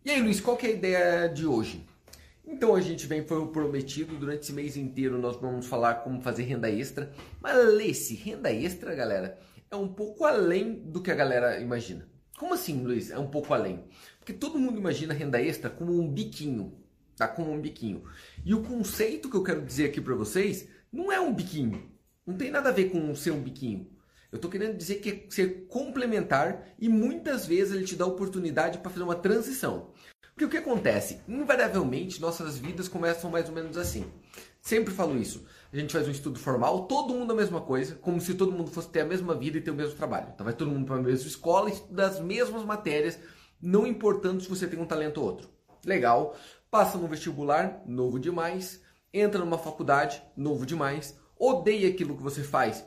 E aí, Luiz, qual que é a ideia de hoje? Então a gente foi prometido, durante esse mês inteiro nós vamos falar como fazer renda extra, mas esse renda extra, galera, é um pouco além do que a galera imagina. Como assim, Luiz? É um pouco além? Porque todo mundo imagina renda extra como um biquinho, tá? Como um biquinho. E o conceito que eu quero dizer aqui para vocês não é um biquinho, não tem nada a ver com ser um biquinho. Eu estou querendo dizer que é ser complementar e muitas vezes ele te dá oportunidade para fazer uma transição. Porque o que acontece? Invariavelmente, nossas vidas começam mais ou menos assim. Sempre falo isso. A gente faz um estudo formal, todo mundo a mesma coisa, como se todo mundo fosse ter a mesma vida e ter o mesmo trabalho. Então vai todo mundo para a mesma escola, estuda as mesmas matérias, não importando se você tem um talento ou outro. Legal. Passa no vestibular, novo demais. Entra numa faculdade, novo demais. Odeia aquilo que você faz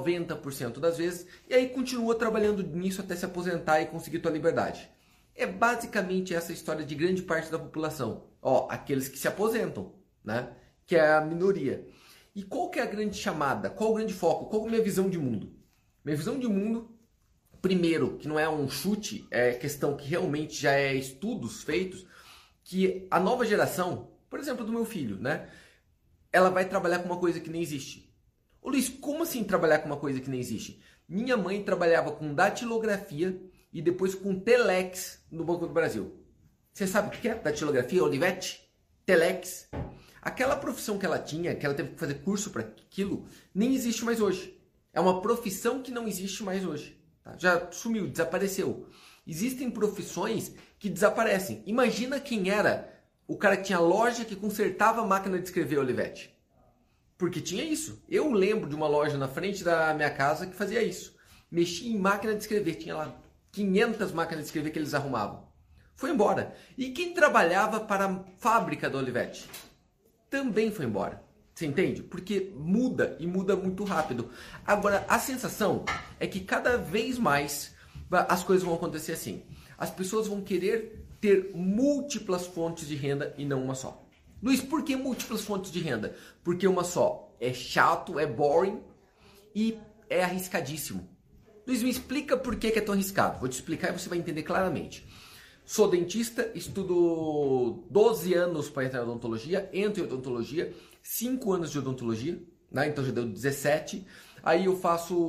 90% das vezes e aí continua trabalhando nisso até se aposentar e conseguir tua liberdade. É basicamente essa história de grande parte da população. Ó, aqueles que se aposentam, né? Que é a minoria. E qual que é a grande chamada? Qual o grande foco? Qual é a minha visão de mundo? Minha visão de mundo, primeiro, que não é um chute, é questão que realmente já é estudos feitos, que a nova geração, por exemplo, do meu filho, né? Ela vai trabalhar com uma coisa que nem existe. Ô Luiz, como assim trabalhar com uma coisa que nem existe? Minha mãe trabalhava com datilografia e depois com telex no Banco do Brasil. Você sabe o que é datilografia, Olivetti? Telex. Aquela profissão que ela tinha, que ela teve que fazer curso para aquilo, nem existe mais hoje. É uma profissão que não existe mais hoje. Tá? Já sumiu, desapareceu. Existem profissões que desaparecem. Imagina quem era o cara que tinha loja que consertava a máquina de escrever, Olivetti. Porque tinha isso. Eu lembro de uma loja na frente da minha casa que fazia isso. Mexia em máquina de escrever. Tinha lá 500 máquinas de escrever que eles arrumavam. Foi embora. E quem trabalhava para a fábrica da Olivetti também foi embora. Você entende? Porque muda e muda muito rápido. Agora, a sensação é que cada vez mais as coisas vão acontecer assim. As pessoas vão querer ter múltiplas fontes de renda e não uma só. Luiz, por que múltiplas fontes de renda? Porque uma só é chato, é boring e é arriscadíssimo. Luiz, me explica por que é tão arriscado. Vou te explicar e você vai entender claramente. Sou dentista, estudo 12 anos para entrar em odontologia, entro em odontologia, 5 anos de odontologia, né? Então já deu 17. Aí eu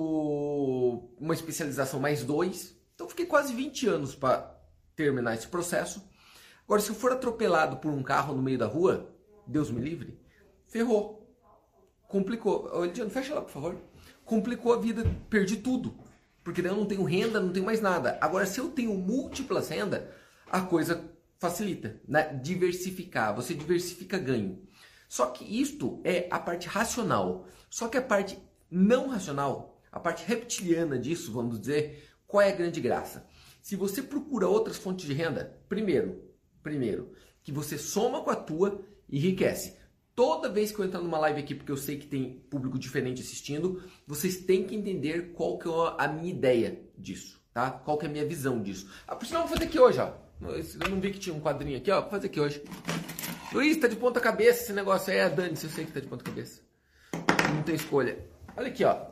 faço uma especialização mais 2. Então fiquei quase 20 anos para terminar esse processo. Agora, se eu for atropelado por um carro no meio da rua, Deus me livre, ferrou. Complicou. Ô, Lidiano, fecha lá, por favor. Complicou a vida, perdi tudo. Porque daí eu não tenho renda, não tenho mais nada. Agora, se eu tenho múltiplas rendas, a coisa facilita, né? Diversificar. Você diversifica ganho. Só que isto é a parte racional. Só que a parte não racional, a parte reptiliana disso, vamos dizer, qual é a grande graça? Se você procura outras fontes de renda, primeiro, que você soma com a tua e enriquece. Toda vez que eu entrar numa live aqui, porque eu sei que tem público diferente assistindo, vocês têm que entender qual que é a minha ideia disso, tá? Qual que é a minha visão disso. Por sinal, eu vou fazer aqui hoje, ó. Eu não vi que tinha um quadrinho aqui, ó. Vou fazer aqui hoje. Luiz, tá de ponta cabeça esse negócio aí. Dane-se, eu sei que tá de ponta cabeça. Não tem escolha. Olha aqui, ó.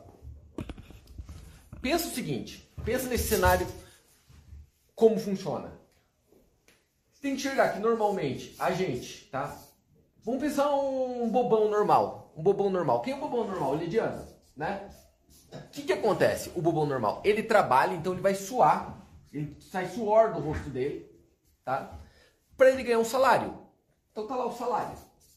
Pensa o seguinte. Pensa nesse cenário, como funciona. Você tem que enxergar que normalmente a gente, tá? Vamos pensar um bobão normal. Um bobão normal. Quem é o bobão normal? O Lidiano, né? O que acontece? O bobão normal, ele trabalha, então ele vai suar. Ele sai suor do rosto dele, tá? Para ele ganhar um salário. Então tá lá o salário.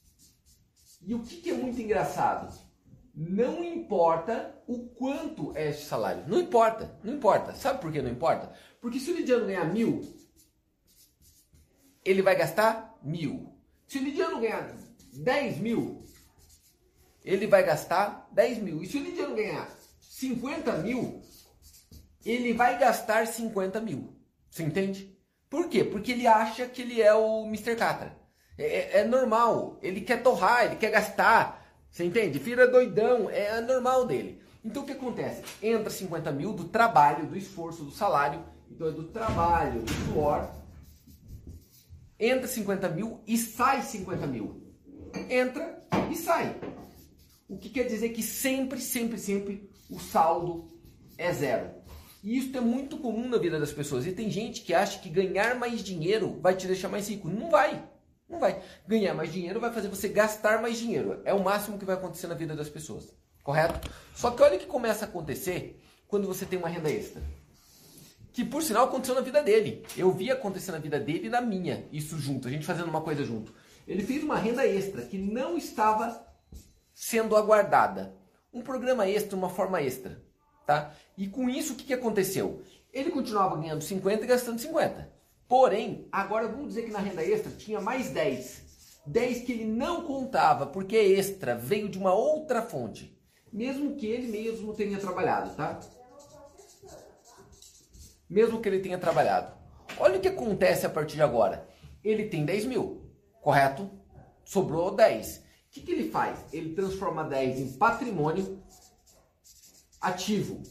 E o que é muito engraçado? Não importa o quanto é esse salário. Não importa, não importa. Sabe por que não importa? Porque se o Lidiano ganhar 1.000, ele vai gastar 1.000. Se o Lidiano ganhar 10.000, ele vai gastar 10.000. E se o Lidiano ganhar 50.000, ele vai gastar 50.000. Você entende? Por quê? Porque ele acha que ele é o Mr. Catra. É normal. Ele quer torrar, ele quer gastar. Você entende? Vira doidão. É normal dele. Então o que acontece? Entra 50.000 do trabalho, do esforço, do salário. Então é do trabalho, do suor. Entra 50.000 e sai 50.000. Entra e sai. O que quer dizer que sempre o saldo é zero. E isso é muito comum na vida das pessoas. E tem gente que acha que ganhar mais dinheiro vai te deixar mais rico. Não vai. Não vai. Ganhar mais dinheiro vai fazer você gastar mais dinheiro. É o máximo que vai acontecer na vida das pessoas. Correto? Só que olha o que começa a acontecer quando você tem uma renda extra. Que por sinal aconteceu na vida dele. Eu vi acontecer na vida dele e na minha. Isso junto. A gente fazendo uma coisa junto. Ele fez uma renda extra que não estava sendo aguardada. Um programa extra, uma forma extra. Tá? E com isso, o que aconteceu? Ele continuava ganhando 50 e gastando 50. Porém, agora vamos dizer que na renda extra tinha mais 10. 10 que ele não contava, porque é extra, veio de uma outra fonte. Mesmo que ele mesmo tenha trabalhado, tá? Mesmo que ele tenha trabalhado. Olha o que acontece a partir de agora. Ele tem 10 mil, correto? Sobrou 10. O que ele faz? Ele transforma 10 em patrimônio ativo.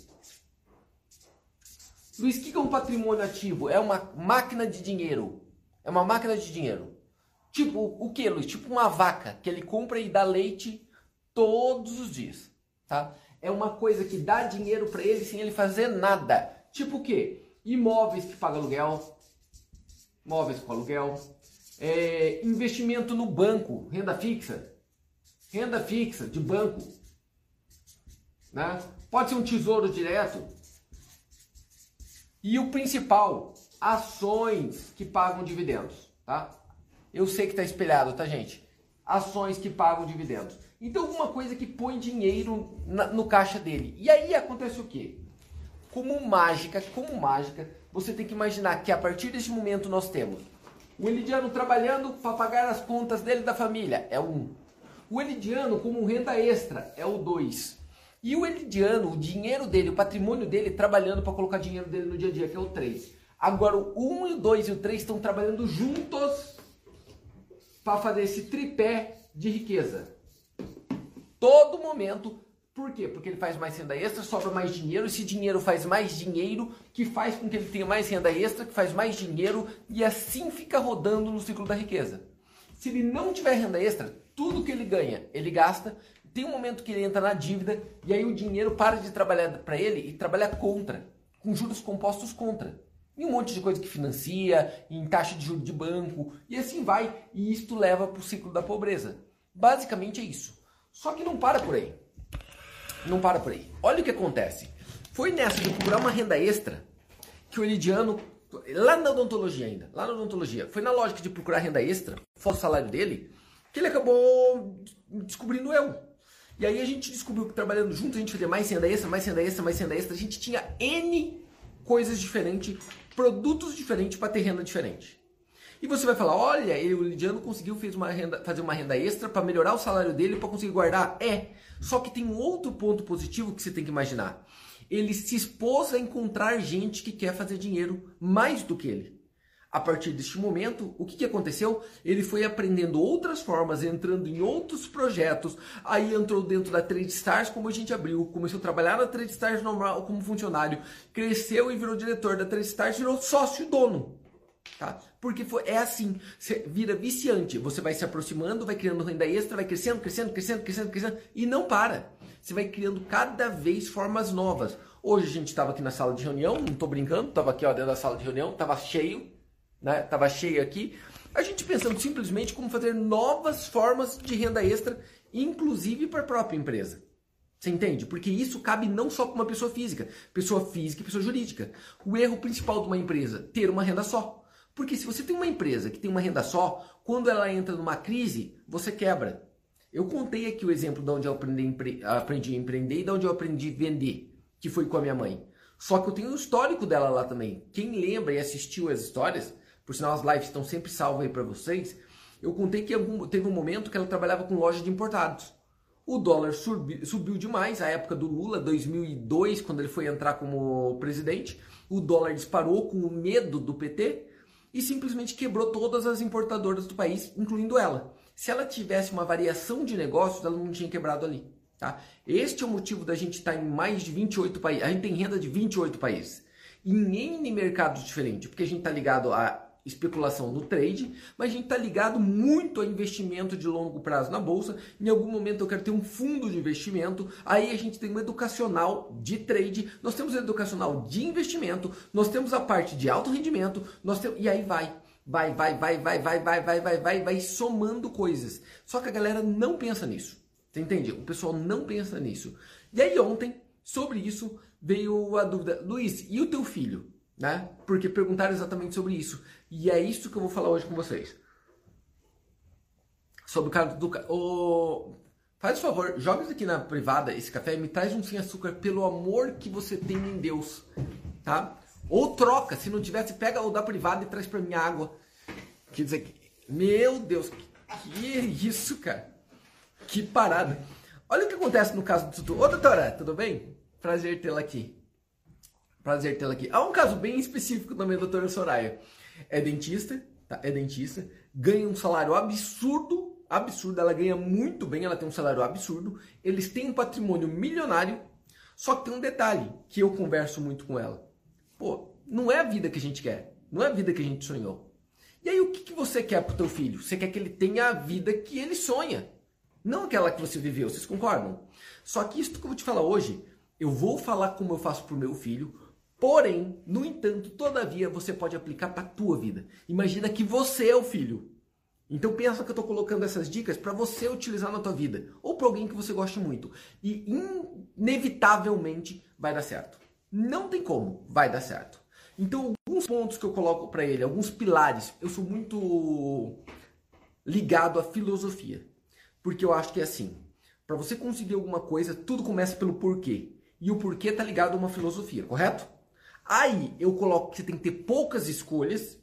Luiz, o que é um patrimônio ativo? É uma máquina de dinheiro. É uma máquina de dinheiro. Tipo, o que, Luiz? Tipo uma vaca que ele compra e dá leite todos os dias. Tá? É uma coisa que dá dinheiro para ele sem ele fazer nada. Tipo o quê? Imóveis que pagam aluguel. Imóveis com aluguel. Investimento no banco. Renda fixa. Renda fixa de banco. Né? Pode ser um tesouro direto. E o principal, ações que pagam dividendos, tá? Eu sei que está espelhado, tá, gente? Ações que pagam dividendos. Então, alguma coisa que põe dinheiro no caixa dele. E aí acontece o quê? Como mágica, você tem que imaginar que a partir desse momento nós temos o Elidiano trabalhando para pagar as contas dele e da família, é o 1. O Elidiano como renda extra, é o 2. E o Elidiano, o dinheiro dele, o patrimônio dele, trabalhando para colocar dinheiro dele no dia a dia, que é o 3. Agora o 1, o 2 e o 3 estão trabalhando juntos para fazer esse tripé de riqueza. Todo momento. Por quê? Porque ele faz mais renda extra, sobra mais dinheiro. Esse dinheiro faz mais dinheiro, que faz com que ele tenha mais renda extra, que faz mais dinheiro, e assim fica rodando no ciclo da riqueza. Se ele não tiver renda extra, tudo que ele ganha, ele gasta. Tem um momento que ele entra na dívida e aí o dinheiro para de trabalhar para ele e trabalha contra, com juros compostos contra. E um monte de coisa que financia, em taxa de juros de banco, e assim vai. E isto leva para o ciclo da pobreza. Basicamente é isso. Só que não para por aí. Não para por aí. Olha o que acontece. Foi nessa de procurar uma renda extra que o Elidiano, lá na odontologia ainda, lá na odontologia, foi na lógica de procurar renda extra, fora o salário dele, que ele acabou descobrindo eu. E aí a gente descobriu que trabalhando junto a gente fazia mais renda extra, mais renda extra, mais renda extra. A gente tinha N coisas diferentes, produtos diferentes para ter renda diferente. E você vai falar, olha, o Elidiano conseguiu fazer uma renda extra para melhorar o salário dele, para conseguir guardar. Só que tem um outro ponto positivo que você tem que imaginar. Ele se expôs a encontrar gente que quer fazer dinheiro mais do que ele. A partir deste momento, o que aconteceu? Ele foi aprendendo outras formas, entrando em outros projetos, aí entrou dentro da TradeStars, como a gente abriu, começou a trabalhar na TradeStars normal como funcionário, cresceu e virou diretor da TradeStars, virou sócio dono. Tá? Porque é assim, você vira viciante, você vai se aproximando, vai criando renda extra, vai crescendo, e não para. Você vai criando cada vez formas novas. Hoje a gente estava aqui na sala de reunião, não estou brincando, estava aqui dentro da sala de reunião, estava cheio. Né? Tava cheio aqui, a gente pensando simplesmente como fazer novas formas de renda extra, inclusive para a própria empresa. Você entende? Porque isso cabe não só para uma pessoa física e pessoa jurídica. O erro principal de uma empresa, ter uma renda só. Porque se você tem uma empresa que tem uma renda só, quando ela entra numa crise, você quebra. Eu contei aqui o exemplo de onde eu aprendi a empreender e de onde eu aprendi a vender, que foi com a minha mãe. Só que eu tenho o histórico dela lá também. Quem lembra e assistiu as histórias, por sinal as lives estão sempre salvas aí para vocês, eu contei que teve um momento que ela trabalhava com loja de importados. O dólar subiu demais, a época do Lula, 2002, quando ele foi entrar como presidente, o dólar disparou com o medo do PT e simplesmente quebrou todas as importadoras do país, incluindo ela. Se ela tivesse uma variação de negócios, ela não tinha quebrado ali. Tá? Este é o motivo da gente estar em mais de 28 países. A gente tem renda de 28 países. Em N mercados diferentes, porque a gente está ligado a especulação no trade, mas a gente está ligado muito a investimento de longo prazo na bolsa. Em algum momento eu quero ter um fundo de investimento, aí a gente tem um educacional de trade, nós temos um educacional de investimento, nós temos a parte de alto rendimento, e aí vai somando coisas. Só que a galera não pensa nisso. Você entende? O pessoal não pensa nisso. E aí ontem, sobre isso, veio a dúvida: Luiz, e o teu filho? Né? Porque perguntaram exatamente sobre isso. E é isso que eu vou falar hoje com vocês. Sobre o caso do... Faz o favor, joga isso aqui na privada, esse café, e me traz um sem açúcar, pelo amor que você tem em Deus. Tá? Ou troca, se não tivesse, pega o da privada e traz pra mim água. Quer dizer, meu Deus, que isso, cara? Que parada. Olha o que acontece no caso do Tutu. Ô, doutora, tudo bem? Prazer tê-la aqui. Prazer tê-la aqui. Há um caso bem específico também, doutora Soraya. É dentista, tá? É dentista, ganha um salário absurdo, ela ganha muito bem, ela tem um salário absurdo, eles têm um patrimônio milionário, só que tem um detalhe, que eu converso muito com ela. Pô, não é a vida que a gente quer, não é a vida que a gente sonhou. E aí o que você quer pro teu filho? Você quer que ele tenha a vida que ele sonha, não aquela que você viveu, vocês concordam? Só que isso que eu vou te falar hoje, eu vou falar como eu faço pro meu filho, porém, no entanto, todavia, você pode aplicar para a tua vida. Imagina que você é o filho. Então pensa que eu estou colocando essas dicas para você utilizar na tua vida. Ou para alguém que você goste muito. E inevitavelmente vai dar certo. Não tem como, vai dar certo. Então alguns pontos que eu coloco para ele, alguns pilares. Eu sou muito ligado à filosofia. Porque eu acho que é assim. Para você conseguir alguma coisa, tudo começa pelo porquê. E o porquê está ligado a uma filosofia, correto? Aí eu coloco que você tem que ter poucas escolhas,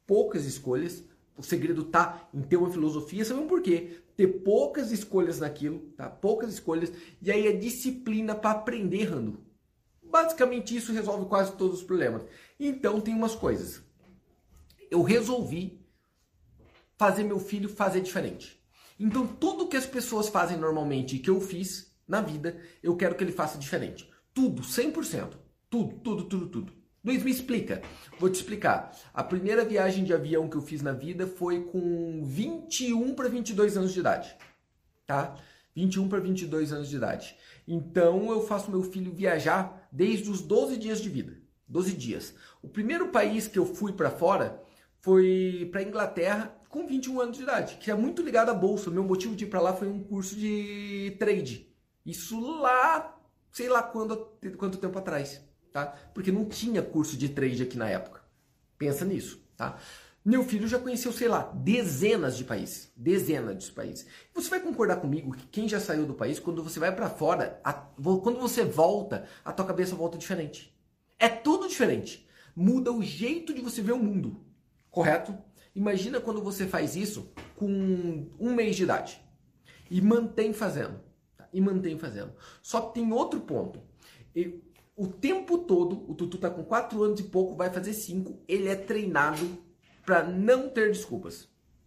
o segredo tá em ter uma filosofia, sabe um porquê? Ter poucas escolhas naquilo, tá? Poucas escolhas, e aí a disciplina para aprender errando. Basicamente isso resolve quase todos os problemas. Então tem umas coisas. Eu resolvi fazer meu filho fazer diferente. Então tudo que as pessoas fazem normalmente e que eu fiz na vida, eu quero que ele faça diferente. Tudo, 100%. Tudo. Luiz, me explica. Vou te explicar. A primeira viagem de avião que eu fiz na vida foi com 21 para 22 anos de idade. Tá? 21 para 22 anos de idade. Então eu faço meu filho viajar desde os 12 dias de vida. 12 dias. O primeiro país que eu fui para fora foi para Inglaterra com 21 anos de idade, que é muito ligado à bolsa. Meu motivo de ir para lá foi um curso de trade. Isso lá, sei lá quanto tempo atrás. Tá? Porque não tinha curso de trade aqui na época. Pensa nisso, tá? Meu filho já conheceu, sei lá, dezenas de países. Você vai concordar comigo que quem já saiu do país, quando você vai para fora, quando você volta, a tua cabeça volta diferente. É tudo diferente. Muda o jeito de você ver o mundo. Correto? Imagina quando você faz isso com 1 mês de idade. E mantém fazendo. Tá? Só que tem outro ponto. O tempo todo, o Tutu tá com 4 anos e pouco, vai fazer 5, ele é treinado para não ter desculpas.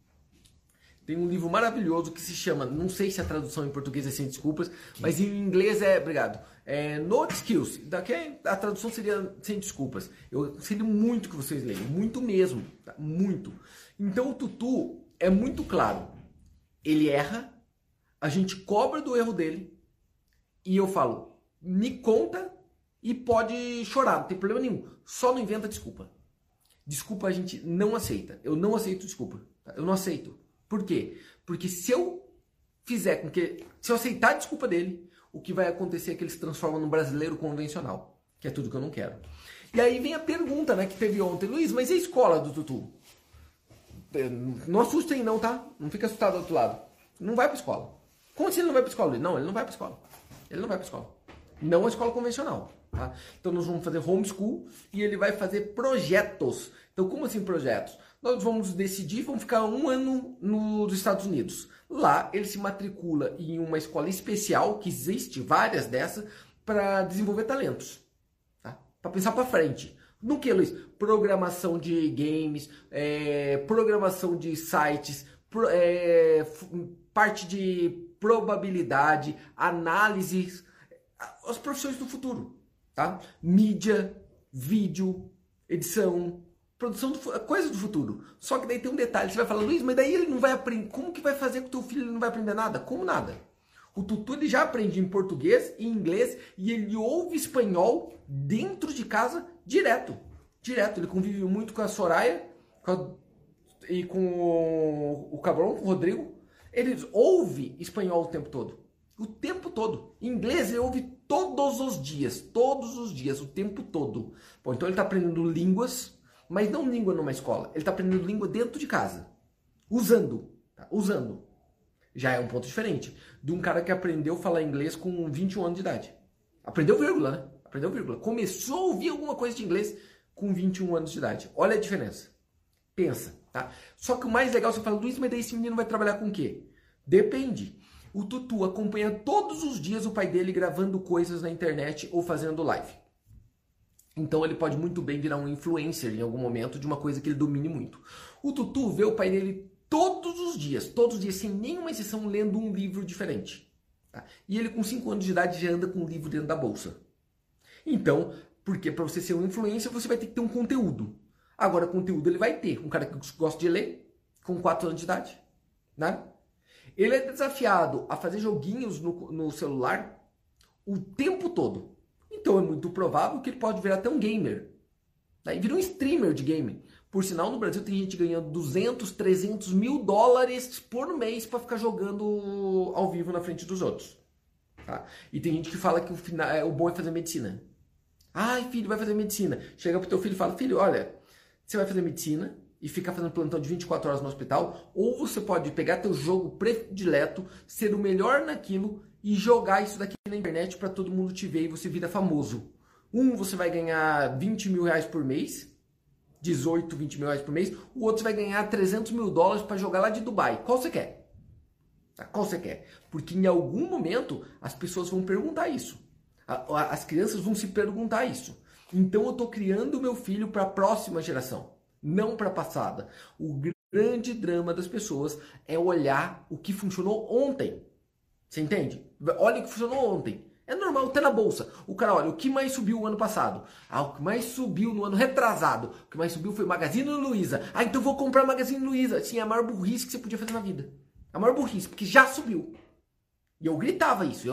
Tem um livro maravilhoso que se chama, não sei se a tradução em português é Sem Desculpas, mas em inglês No Excuse. A tradução seria Sem Desculpas. Eu aconselho muito que vocês leiam, muito mesmo, tá? Muito. Então o Tutu é muito claro, ele erra, a gente cobra do erro dele e eu falo, me conta. E pode chorar, não tem problema nenhum. Só não inventa desculpa. Desculpa a gente não aceita. Eu não aceito desculpa. Tá? Eu não aceito. Por quê? Porque se eu aceitar a desculpa dele, o que vai acontecer é que ele se transforma num brasileiro convencional. Que é tudo que eu não quero. E aí vem a pergunta, né, que teve ontem. Luiz, mas e a escola do Tutu? Não assustem não, tá? Não fica assustado do outro lado. Não vai pra escola. Como assim ele não vai pra escola, Luiz? Não, ele não vai pra escola. Não a escola convencional. Tá? Então nós vamos fazer homeschool e ele vai fazer projetos. Então como assim projetos? Nós vamos decidir, vamos ficar 1 ano nos Estados Unidos. Lá ele se matricula em uma escola especial, que existe várias dessas, para desenvolver talentos. Tá? Para pensar para frente. No que, Luiz? Programação de games, programação de sites, parte de probabilidade, análises, as profissões do futuro. Tá? Mídia, vídeo, edição, coisa do futuro. Só que daí tem um detalhe, você vai falar, Luiz, mas daí ele não vai aprender, como que vai fazer com o teu filho, ele não vai aprender nada? Como nada? O tutu ele já aprende em português, em inglês, e ele ouve espanhol dentro de casa direto. Direto, ele convive muito com a Soraya e com o Cabrão, com o Rodrigo. Eles ouvem espanhol o tempo todo. O tempo todo. Em inglês ele ouve todos os dias, o tempo todo. Bom, então ele está aprendendo línguas, mas não língua numa escola. Ele está aprendendo língua dentro de casa. Usando. Tá? Usando. Já é um ponto diferente de um cara que aprendeu a falar inglês com 21 anos de idade. Aprendeu vírgula, né? Aprendeu vírgula. Começou a ouvir alguma coisa de inglês com 21 anos de idade. Olha a diferença. Pensa, tá? Só que o mais legal, você fala, Luiz, mas daí esse menino vai trabalhar com o quê? Depende. O Tutu acompanha todos os dias o pai dele gravando coisas na internet ou fazendo live. Então ele pode muito bem virar um influencer em algum momento de uma coisa que ele domine muito. O Tutu vê o pai dele todos os dias, sem nenhuma exceção, lendo um livro diferente. Tá? E ele com 5 anos de idade já anda com um livro dentro da bolsa. Então, porque para você ser um influencer, você vai ter que ter um conteúdo. Agora, conteúdo ele vai ter. Um cara que gosta de ler, com 4 anos de idade. Né? Ele é desafiado a fazer joguinhos no celular o tempo todo. Então é muito provável que ele pode virar até um gamer. Né? E vira um streamer de game. Por sinal, no Brasil tem gente ganhando 200, 300 mil dólares por mês para ficar jogando ao vivo na frente dos outros. Tá? E tem gente que fala que o bom é fazer medicina. Ai, filho, vai fazer medicina. Chega pro teu filho e fala, filho, olha, você vai fazer medicina e ficar fazendo plantão de 24 horas no hospital, ou você pode pegar teu jogo predileto, ser o melhor naquilo e jogar isso daqui na internet para todo mundo te ver e você vira famoso. Você vai ganhar 20 mil reais por mês, 18, 20 mil reais por mês, o outro você vai ganhar 300 mil dólares para jogar lá de Dubai. Qual você quer? Qual você quer? Porque em algum momento as pessoas vão perguntar isso. As crianças vão se perguntar isso. Então eu estou criando o meu filho para a próxima geração, não para a passada. O grande drama das pessoas é olhar o que funcionou ontem. Você entende? Olha o que funcionou ontem. É normal, até na bolsa. O cara olha, o que mais subiu o ano passado? O que mais subiu no ano retrasado. O que mais subiu foi Magazine Luiza. Então vou comprar Magazine Luiza. Sim, é a maior burrice que você podia fazer na vida. A maior burrice, porque já subiu. E eu gritava isso,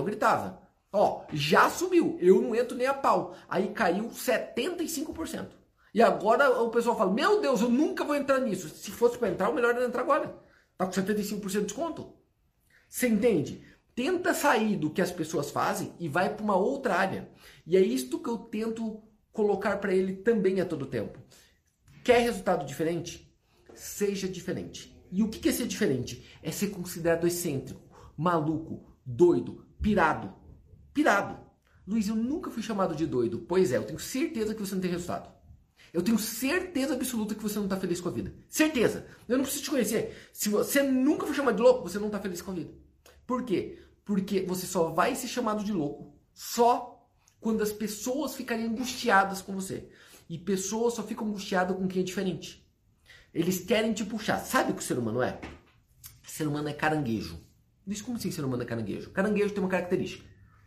já subiu, eu não entro nem a pau. Aí caiu 75%. E agora o pessoal fala, meu Deus, eu nunca vou entrar nisso. Se fosse para entrar, o melhor era entrar agora. Tá com 75% de desconto. Você entende? Tenta sair do que as pessoas fazem e vai para uma outra área. E é isto que eu tento colocar para ele também a todo tempo. Quer resultado diferente? Seja diferente. E o que é ser diferente? É ser considerado excêntrico, maluco, doido, pirado. Pirado. Luiz, eu nunca fui chamado de doido. Pois é, eu tenho certeza que você não tem resultado. Eu tenho certeza absoluta que você não está feliz com a vida. Certeza. Eu não preciso te conhecer. Se você nunca foi chamado de louco, você não está feliz com a vida. Por quê? Porque você só vai ser chamado de louco só quando as pessoas ficarem angustiadas com você. E pessoas só ficam angustiadas com quem é diferente. Eles querem te puxar. Sabe o que o ser humano é? O ser humano é caranguejo. Diz como assim ser humano é caranguejo? Caranguejo tem uma característica.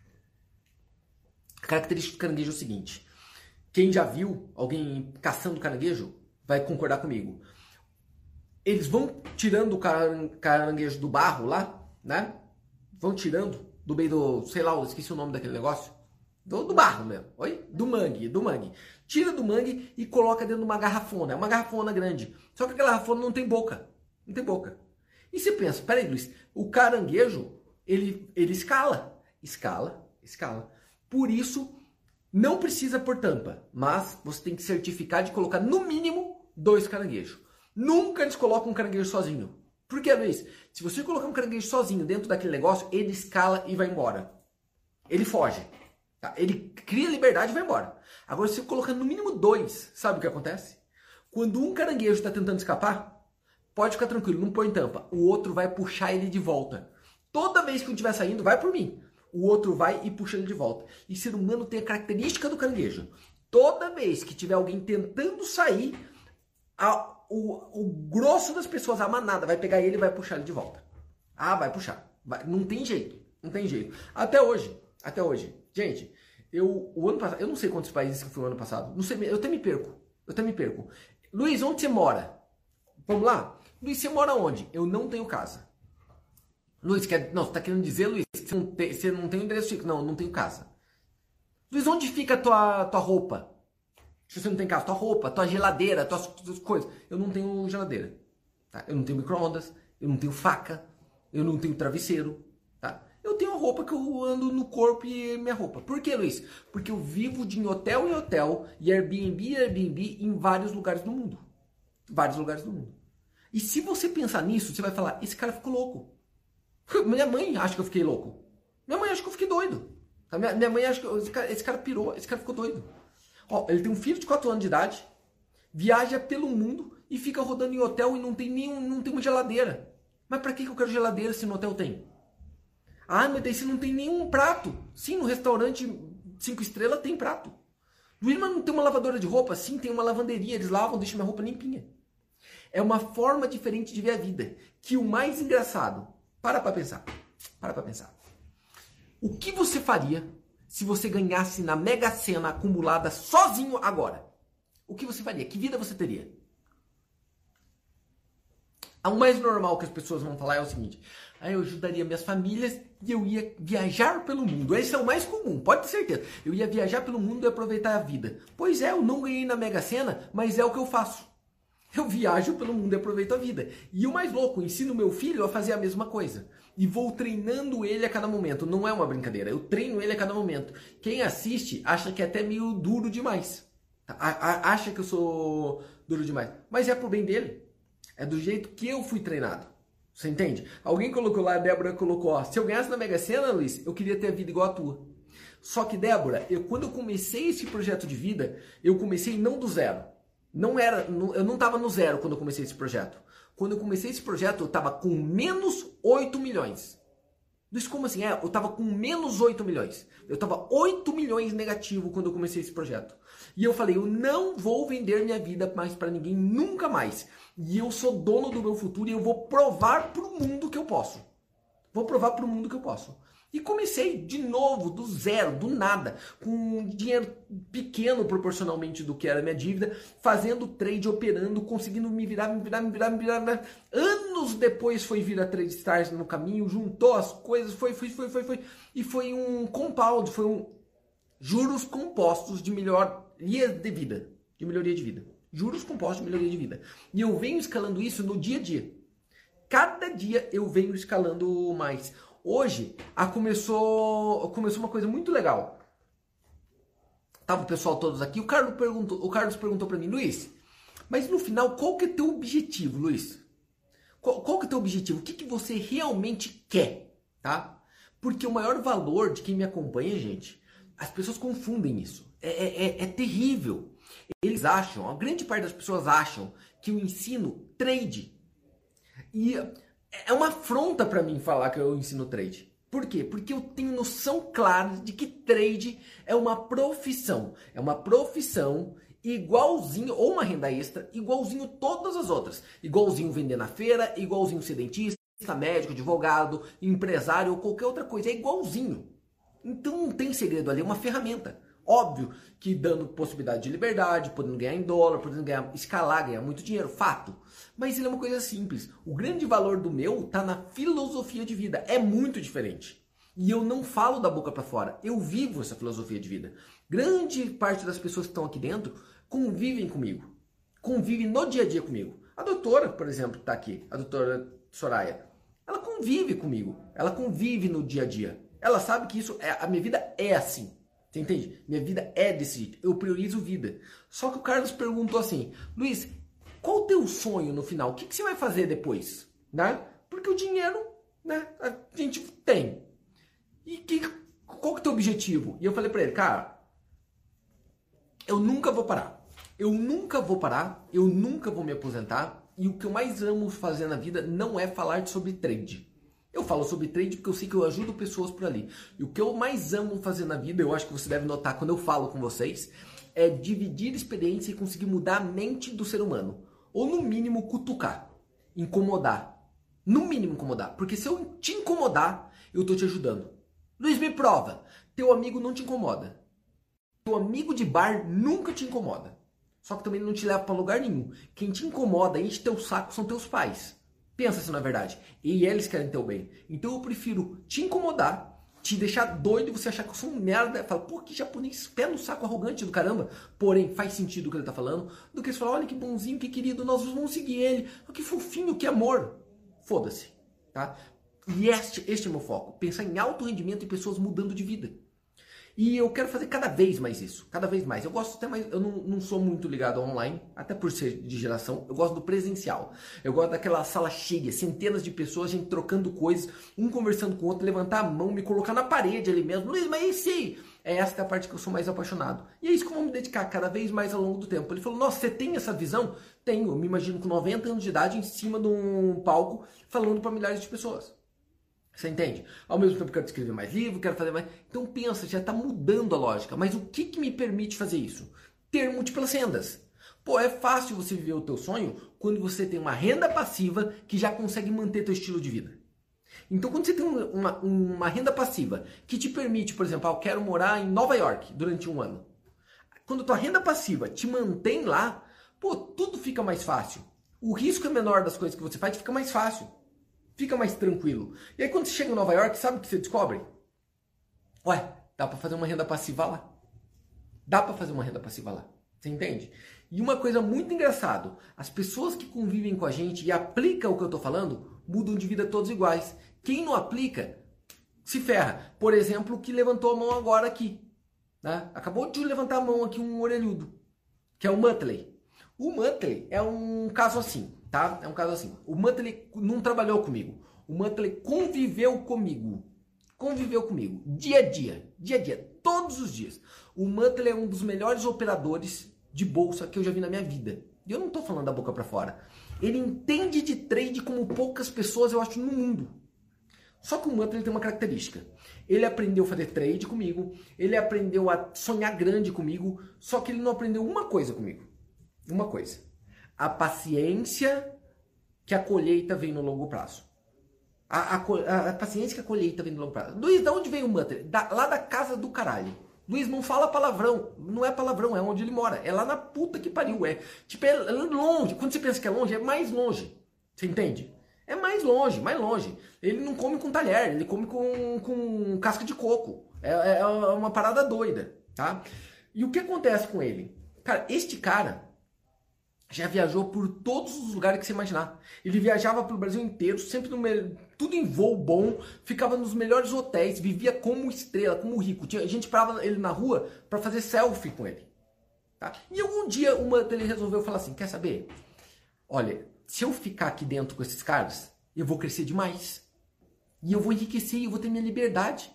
A característica do caranguejo é o seguinte. Quem já viu alguém caçando caranguejo vai concordar comigo. Eles vão tirando o caranguejo do barro lá, né? Vão tirando do meio do, sei lá, eu esqueci o nome daquele negócio. Do barro mesmo. Oi? Do mangue. Tira do mangue e coloca dentro de uma garrafona. É uma garrafona grande. Só que aquela garrafona não tem boca. Não tem boca. E você pensa, peraí, Luiz, o caranguejo, ele escala. Escala. Por isso, não precisa pôr tampa. Mas você tem que certificar de colocar no mínimo 2 caranguejos. Nunca eles colocam um caranguejo sozinho. Por que, Luiz? Se você colocar um caranguejo sozinho dentro daquele negócio, ele escala e vai embora. Ele foge. Tá? Ele cria liberdade e vai embora. Agora, se você colocar no mínimo 2, sabe o que acontece? Quando um caranguejo está tentando escapar, pode ficar tranquilo, não põe tampa. O outro vai puxar ele de volta. Toda vez que um estiver saindo, vai por mim. O outro vai e puxa ele de volta. E ser humano tem a característica do caranguejo. Toda vez que tiver alguém tentando sair, o grosso das pessoas, a manada, vai pegar ele e vai puxar ele de volta. Vai puxar. Não tem jeito. Até hoje. Gente, o ano passado, eu não sei quantos países que foi o ano passado. Não sei, eu até me perco. Luiz, onde você mora? Vamos lá? Luiz, você mora onde? Eu não tenho casa. Luiz, não, você está querendo dizer, Luiz, que você não tem endereço fixo? Não, eu não tenho casa. Luiz, onde fica a tua roupa? Se você não tem casa, tua roupa, tua geladeira, tuas coisas. Eu não tenho geladeira. Tá? Eu não tenho micro-ondas, eu não tenho faca, eu não tenho travesseiro. Tá? Eu tenho a roupa que eu ando no corpo e minha roupa. Por que, Luiz? Porque eu vivo de hotel em hotel e Airbnb em vários lugares do mundo. Vários lugares do mundo. E se você pensar nisso, você vai falar, esse cara ficou louco. Minha mãe acha que eu fiquei louco. Minha mãe acha que eu fiquei doido. Tá? Minha mãe acha que esse cara pirou, esse cara ficou doido. Ó, ele tem um filho de 4 anos de idade, viaja pelo mundo e fica rodando em hotel e não tem uma geladeira. Mas pra que eu quero geladeira se no hotel tem? Ah, mas daí você não tem nenhum prato. Sim, no restaurante 5 estrelas tem prato. Luiz, mas não tem uma lavadora de roupa? Sim, tem uma lavanderia, eles lavam, deixam minha roupa limpinha. É uma forma diferente de ver a vida. Que o mais engraçado, para pra pensar. O que você faria se você ganhasse na Mega Sena acumulada sozinho agora? O que você faria? Que vida você teria? O mais normal que as pessoas vão falar é o seguinte: eu ajudaria minhas famílias e eu ia viajar pelo mundo. Esse é o mais comum, pode ter certeza. Eu ia viajar pelo mundo e aproveitar a vida. Pois é, eu não ganhei na Mega Sena, mas é o que eu faço. Eu viajo pelo mundo e aproveito a vida. E o mais louco, eu ensino meu filho a fazer a mesma coisa. E vou treinando ele a cada momento. Não é uma brincadeira, eu treino ele a cada momento. Quem assiste acha que é até meio duro demais. Acha que eu sou duro demais. Mas é pro bem dele. É do jeito que eu fui treinado. Você entende? Alguém colocou lá, a Débora colocou, ó, se eu ganhasse na Mega Sena, Luiz, eu queria ter a vida igual a tua. Só que, Débora, quando eu comecei esse projeto de vida, eu comecei não do zero. Eu não estava no zero quando eu comecei esse projeto. Quando eu comecei esse projeto, eu estava com menos 8 milhões. Luiz, como assim? Eu estava com menos 8 milhões. Eu estava 8 milhões negativo quando eu comecei esse projeto. E eu falei, eu não vou vender minha vida mais para ninguém, nunca mais. E eu sou dono do meu futuro e eu vou provar para o mundo que eu posso. Vou provar para o mundo que eu posso. E comecei de novo, do zero, do nada, com um dinheiro pequeno proporcionalmente do que era a minha dívida, fazendo trade, operando, conseguindo me virar. Anos depois foi vir a Trade Stars no caminho, juntou as coisas, foi. E foi um compound, foi um juros compostos de melhoria de vida. Juros compostos de melhoria de vida. E eu venho escalando isso no dia a dia. Cada dia eu venho escalando mais. Hoje, começou uma coisa muito legal. Tava o pessoal todos aqui. O Carlos perguntou para mim, Luiz, mas no final, qual que é teu objetivo, Luiz? Qual que é teu objetivo? O que você realmente quer, tá? Porque o maior valor de quem me acompanha, gente, as pessoas confundem isso. É terrível. Eles acham, a grande parte das pessoas acham que eu ensino trade. E é uma afronta para mim falar que eu ensino trade. Por quê? Porque eu tenho noção clara de que trade é uma profissão. É uma profissão igualzinho, ou uma renda extra, igualzinho todas as outras. Igualzinho vender na feira, igualzinho ser dentista, médico, advogado, empresário ou qualquer outra coisa. É igualzinho. Então não tem segredo ali, é uma ferramenta. Óbvio que dando possibilidade de liberdade, podendo ganhar em dólar, podendo escalar, ganhar muito dinheiro, fato. Mas ele é uma coisa simples. O grande valor do meu está na filosofia de vida. É muito diferente. E eu não falo da boca para fora. Eu vivo essa filosofia de vida. Grande parte das pessoas que estão aqui dentro convivem comigo. Convivem no dia a dia comigo. A doutora, por exemplo, que está aqui, a doutora Soraya, ela convive comigo. Ela convive no dia a dia. Ela sabe que a minha vida é assim. Você entende? Minha vida é desse jeito. Eu priorizo vida. Só que o Carlos perguntou assim, Luiz, qual o teu sonho no final? O que você vai fazer depois? Né? Porque o dinheiro, né, a gente tem. E qual que é o teu objetivo? E eu falei pra ele, cara, eu nunca vou parar. Eu nunca vou me aposentar. E o que eu mais amo fazer na vida não é falar sobre trade. Eu falo sobre trade porque eu sei que eu ajudo pessoas por ali. E o que eu mais amo fazer na vida, eu acho que você deve notar quando eu falo com vocês, é dividir experiência e conseguir mudar a mente do ser humano. Ou no mínimo cutucar, incomodar. No mínimo incomodar. Porque se eu te incomodar, eu tô te ajudando. Luiz, me prova. Teu amigo não te incomoda. Teu amigo de bar nunca te incomoda. Só que também não te leva para lugar nenhum. Quem te incomoda, enche teu saco, são teus pais. Pensa se não é verdade. E eles querem teu bem. Então eu prefiro te incomodar, te deixar doido e você achar que eu sou um merda. Fala, pô, que japonês pé no saco arrogante do caramba. Porém, faz sentido o que ele tá falando. Do que você falar, olha que bonzinho, que querido, nós vamos seguir ele. Que fofinho, que amor. Foda-se, tá? E este é meu foco. Pensar em alto rendimento e pessoas mudando de vida. E eu quero fazer cada vez mais isso, cada vez mais. Eu gosto até mais, eu não sou muito ligado ao online, até por ser de geração, eu gosto do presencial. Eu gosto daquela sala cheia, centenas de pessoas, gente trocando coisas, um conversando com o outro, levantar a mão, me colocar na parede ali mesmo. Luiz, mas e se? É essa que é a parte que eu sou mais apaixonado. E é isso que eu vou me dedicar cada vez mais ao longo do tempo. Ele falou, nossa, você tem essa visão? Tenho, eu me imagino com 90 anos de idade em cima de um palco falando para milhares de pessoas. Você entende? Ao mesmo tempo que eu quero escrever mais livro, quero fazer mais... Então pensa, já está mudando a lógica. Mas o que me permite fazer isso? Ter múltiplas rendas. Pô, é fácil você viver o teu sonho quando você tem uma renda passiva que já consegue manter teu estilo de vida. Então quando você tem uma renda passiva que te permite, por exemplo, eu quero morar em Nova York durante um ano. Quando tua renda passiva te mantém lá, pô, tudo fica mais fácil. O risco é menor das coisas que você faz, fica mais fácil. Fica mais tranquilo. E aí quando você chega em Nova York, sabe o que você descobre? Ué, dá pra fazer uma renda passiva lá. Dá pra fazer uma renda passiva lá. Você entende? E uma coisa muito engraçada, as pessoas que convivem com a gente e aplicam o que eu tô falando, mudam de vida todos iguais. Quem não aplica, se ferra. Por exemplo, o que levantou a mão agora aqui. Né? Acabou de levantar a mão aqui um orelhudo, que é o Muttley. O Muttley é um caso assim. Tá? É um caso assim. O Muttley não trabalhou comigo. O Muttley conviveu comigo. Conviveu comigo. Dia a dia. Dia a dia. Todos os dias. O Muttley é um dos melhores operadores de bolsa que eu já vi na minha vida. E eu não estou falando da boca para fora. Ele entende de trade como poucas pessoas, eu acho, no mundo. Só que o Muttley tem uma característica. Ele aprendeu a fazer trade comigo. Ele aprendeu a sonhar grande comigo. Só que ele não aprendeu uma coisa comigo. Uma coisa. A paciência que a colheita vem no longo prazo. A paciência que a colheita vem no longo prazo. Luiz, de onde vem o Muttley? Lá da casa do caralho. Luiz, não fala palavrão. Não é palavrão, é onde ele mora. É lá na puta que pariu. É tipo, é longe. Quando você pensa que é longe, é mais longe. Você entende? É mais longe, mais longe. Ele não come com talher, ele come com casca de coco. É uma parada doida, tá? E o que acontece com ele? Cara, este cara já viajou por todos os lugares que você imaginar. Ele viajava pelo Brasil inteiro, sempre tudo em voo bom, ficava nos melhores hotéis, vivia como estrela, como rico. A gente parava ele na rua para fazer selfie com ele. Tá? E algum dia ele resolveu falar assim, quer saber? Olha, se eu ficar aqui dentro com esses caras, eu vou crescer demais. E eu vou enriquecer e eu vou ter minha liberdade.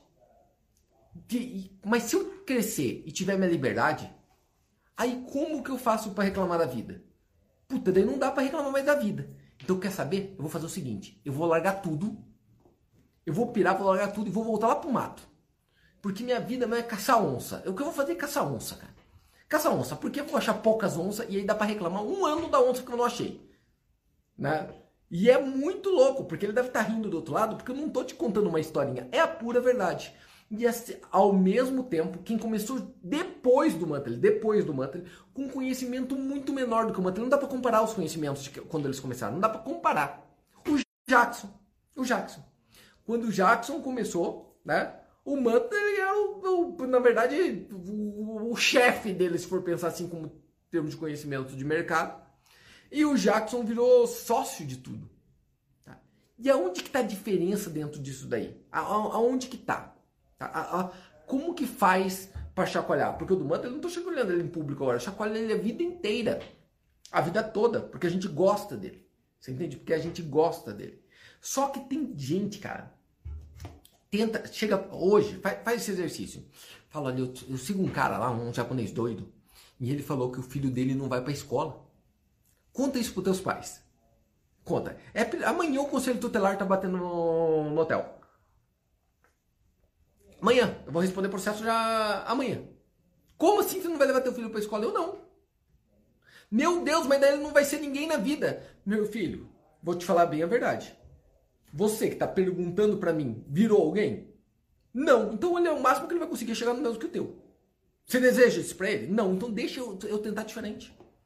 Mas se eu crescer e tiver minha liberdade, aí como que eu faço para reclamar da vida? Puta, daí não dá pra reclamar mais da vida. Então, quer saber? Eu vou fazer o seguinte. Eu vou largar tudo. Eu vou pirar, vou largar tudo e vou voltar lá pro mato. Porque minha vida não é caçar onça. O que eu vou fazer é caçar onça, cara. Caçar onça. Porque eu vou achar poucas onças e aí dá pra reclamar um ano da onça que eu não achei. Né? E é muito louco, porque ele deve estar rindo do outro lado, porque eu não tô te contando uma historinha. É a pura verdade. E ao mesmo tempo, quem começou depois do Muttley, com um conhecimento muito menor do que o Muttley, não dá para comparar os conhecimentos quando eles começaram, não dá para comparar. O Jackson. Quando o Jackson começou, né, o Muttley é, na verdade, o chefe deles, se for pensar assim, como termos de conhecimento de mercado, e o Jackson virou sócio de tudo. Tá? E aonde que está a diferença dentro disso daí? Aonde que está? Como que faz para chacoalhar? Porque o do Muttley, eu não estou chacoalhando ele em público agora, eu chacoalho ele a vida inteira. A vida toda, porque a gente gosta dele. Você entende? Porque a gente gosta dele. Só que tem gente, cara, chega hoje, faz esse exercício. Fala, olha, eu sigo um cara lá, um japonês doido, e ele falou que o filho dele não vai para escola. Conta isso pros teus pais. Conta. Amanhã o conselho tutelar tá batendo no hotel. Amanhã. Eu vou responder o processo já amanhã. Como assim você não vai levar teu filho pra escola? Eu não. Meu Deus, mas daí ele não vai ser ninguém na vida. Meu filho, vou te falar bem a verdade. Você que tá perguntando pra mim, virou alguém? Não. Então ele é o máximo que ele vai conseguir chegar no mesmo que o teu. Você deseja isso pra ele? Não. Então deixa eu tentar diferente.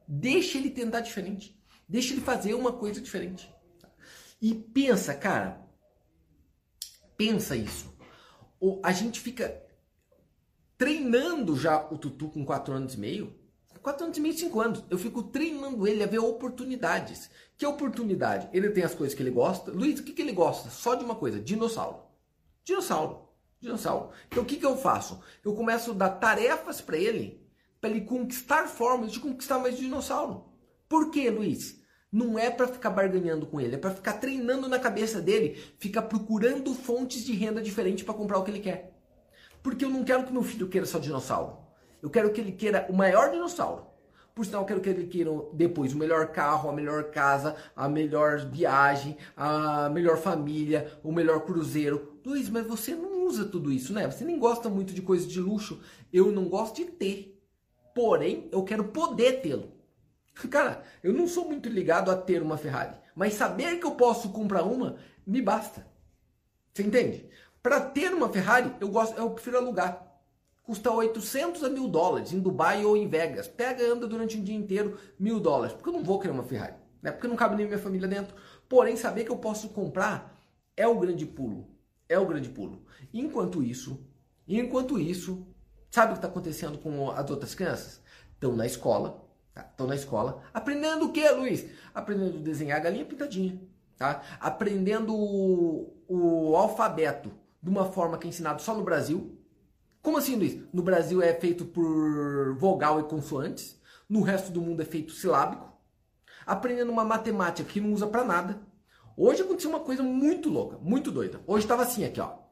Deixa ele tentar diferente. Deixa ele fazer uma coisa diferente. E pensa, cara, pensa isso. A gente fica treinando já o Tutu com 4 anos e meio. 4 anos e meio, 5 anos. Eu fico treinando ele a ver oportunidades. Que oportunidade? Ele tem as coisas que ele gosta. Luiz, o que ele gosta? Só de uma coisa, dinossauro. Dinossauro. Então o que eu faço? Eu começo a dar tarefas para ele conquistar formas de conquistar mais dinossauro. Por quê, Luiz? Não é para ficar barganhando com ele, é para ficar treinando na cabeça dele, ficar procurando fontes de renda diferentes para comprar o que ele quer. Porque eu não quero que meu filho queira só dinossauro. Eu quero que ele queira o maior dinossauro. Por sinal, eu quero que ele queira depois o melhor carro, a melhor casa, a melhor viagem, a melhor família, o melhor cruzeiro. Luiz, mas você não usa tudo isso, né? Você nem gosta muito de coisas de luxo. Eu não gosto de ter. Porém, eu quero poder tê-lo. Cara, eu não sou muito ligado a ter uma Ferrari. Mas saber que eu posso comprar uma, me basta. Você entende? Para ter uma Ferrari, eu prefiro alugar. Custa 800 a $1.000 em Dubai ou em Vegas. Pega e anda durante um dia inteiro $1.000. Porque eu não vou querer uma Ferrari. Né? Porque não cabe nem minha família dentro. Porém, saber que eu posso comprar é o grande pulo. É o grande pulo. Enquanto isso, sabe o que está acontecendo com as outras crianças? Estão na escola. Tá? Estão na escola. Aprendendo o que, Luiz? Aprendendo a desenhar galinha pintadinha. Tá? Aprendendo o alfabeto de uma forma que é ensinado só no Brasil. Como assim, Luiz? No Brasil é feito por vogal e consoantes. No resto do mundo é feito silábico. Aprendendo uma matemática que não usa pra nada. Hoje aconteceu uma coisa muito louca, muito doida. Hoje estava assim aqui, ó.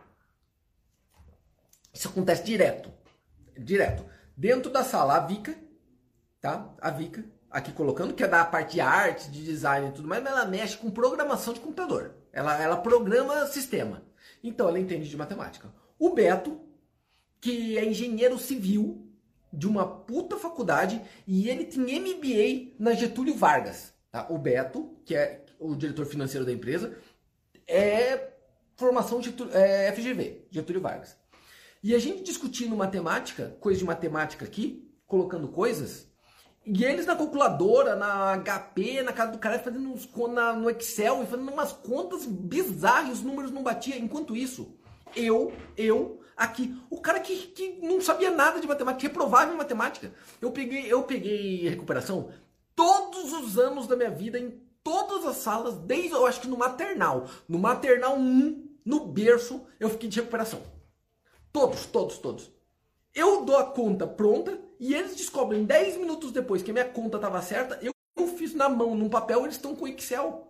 Isso acontece direto. Dentro da sala, a Vika, tá? A Vika, aqui colocando, que é da parte de arte, de design e tudo mais, mas ela mexe com programação de computador. Ela programa sistema. Então ela entende de matemática. O Beto, que é engenheiro civil de uma puta faculdade, e ele tem MBA na Getúlio Vargas. Tá? O Beto, que é o diretor financeiro da empresa, é formação FGV, Getúlio Vargas. E a gente discutindo matemática, coisa de matemática aqui, colocando coisas, e eles na calculadora, na HP, na casa do cara, fazendo uns no Excel, e fazendo umas contas bizarras, os números não batiam. Enquanto isso, eu aqui, o cara que não sabia nada de matemática, reprovava em matemática. Eu peguei recuperação todos os anos da minha vida, em todas as salas, desde, eu acho que no maternal 1, no berço, eu fiquei de recuperação. Todos. Eu dou a conta pronta e eles descobrem 10 minutos depois que a minha conta estava certa, eu fiz na mão, num papel, eles estão com Excel.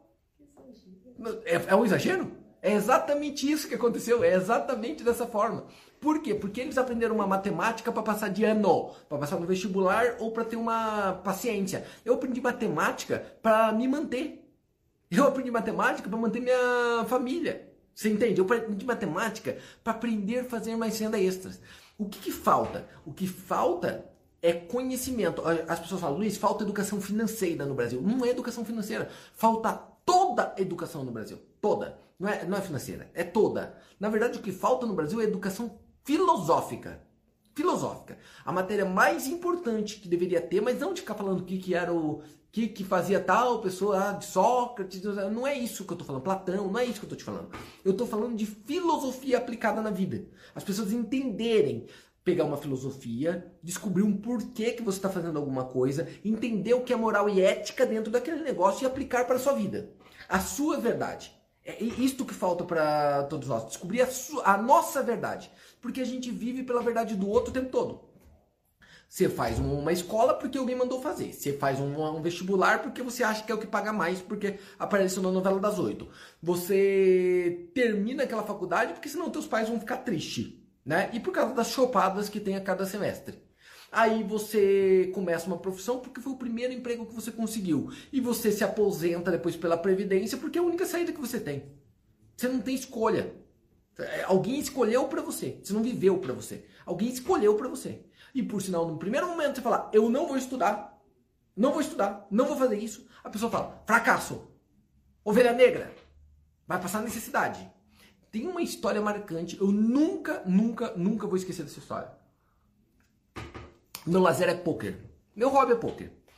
É um exagero? É exatamente isso que aconteceu, é exatamente dessa forma. Por quê? Porque eles aprenderam uma matemática para passar de ano, para passar no vestibular ou para ter uma paciência. Eu aprendi matemática para me manter. Eu aprendi matemática para manter minha família. Você entende? Eu aprendi matemática para aprender a fazer mais renda extras. O que falta? O que falta é conhecimento. As pessoas falam, Luiz, falta educação financeira no Brasil. Não é educação financeira. Falta toda a educação no Brasil. Toda. Não é financeira, é toda. Na verdade, o que falta no Brasil é educação filosófica. Filosófica. A matéria mais importante que deveria ter, mas não de ficar falando que era o que fazia tal pessoa, de Sócrates, não é isso que eu estou falando, Platão, não é isso que eu estou te falando. Eu estou falando de filosofia aplicada na vida. As pessoas entenderem, pegar uma filosofia, descobrir um porquê que você está fazendo alguma coisa, entender o que é moral e ética dentro daquele negócio e aplicar para a sua vida. A sua verdade. É isto que falta para todos nós, descobrir a nossa verdade. Porque a gente vive pela verdade do outro o tempo todo. Você faz uma escola porque alguém mandou fazer. Você faz um vestibular porque você acha que é o que paga mais, porque apareceu na novela das 8. Você termina aquela faculdade porque senão teus pais vão ficar tristes, né? E por causa das chopadas que tem a cada semestre. Aí você começa uma profissão porque foi o primeiro emprego que você conseguiu. E você se aposenta depois pela Previdência porque é a única saída que você tem. Você não tem escolha. Alguém escolheu pra você. Você não viveu pra você. Alguém escolheu pra você. E por sinal, no primeiro momento você falar, eu não vou estudar, não vou fazer isso. A pessoa fala, fracasso, ovelha negra, vai passar necessidade. Tem uma história marcante, eu nunca vou esquecer dessa história. Meu lazer é pôquer. Meu hobby é pôquer.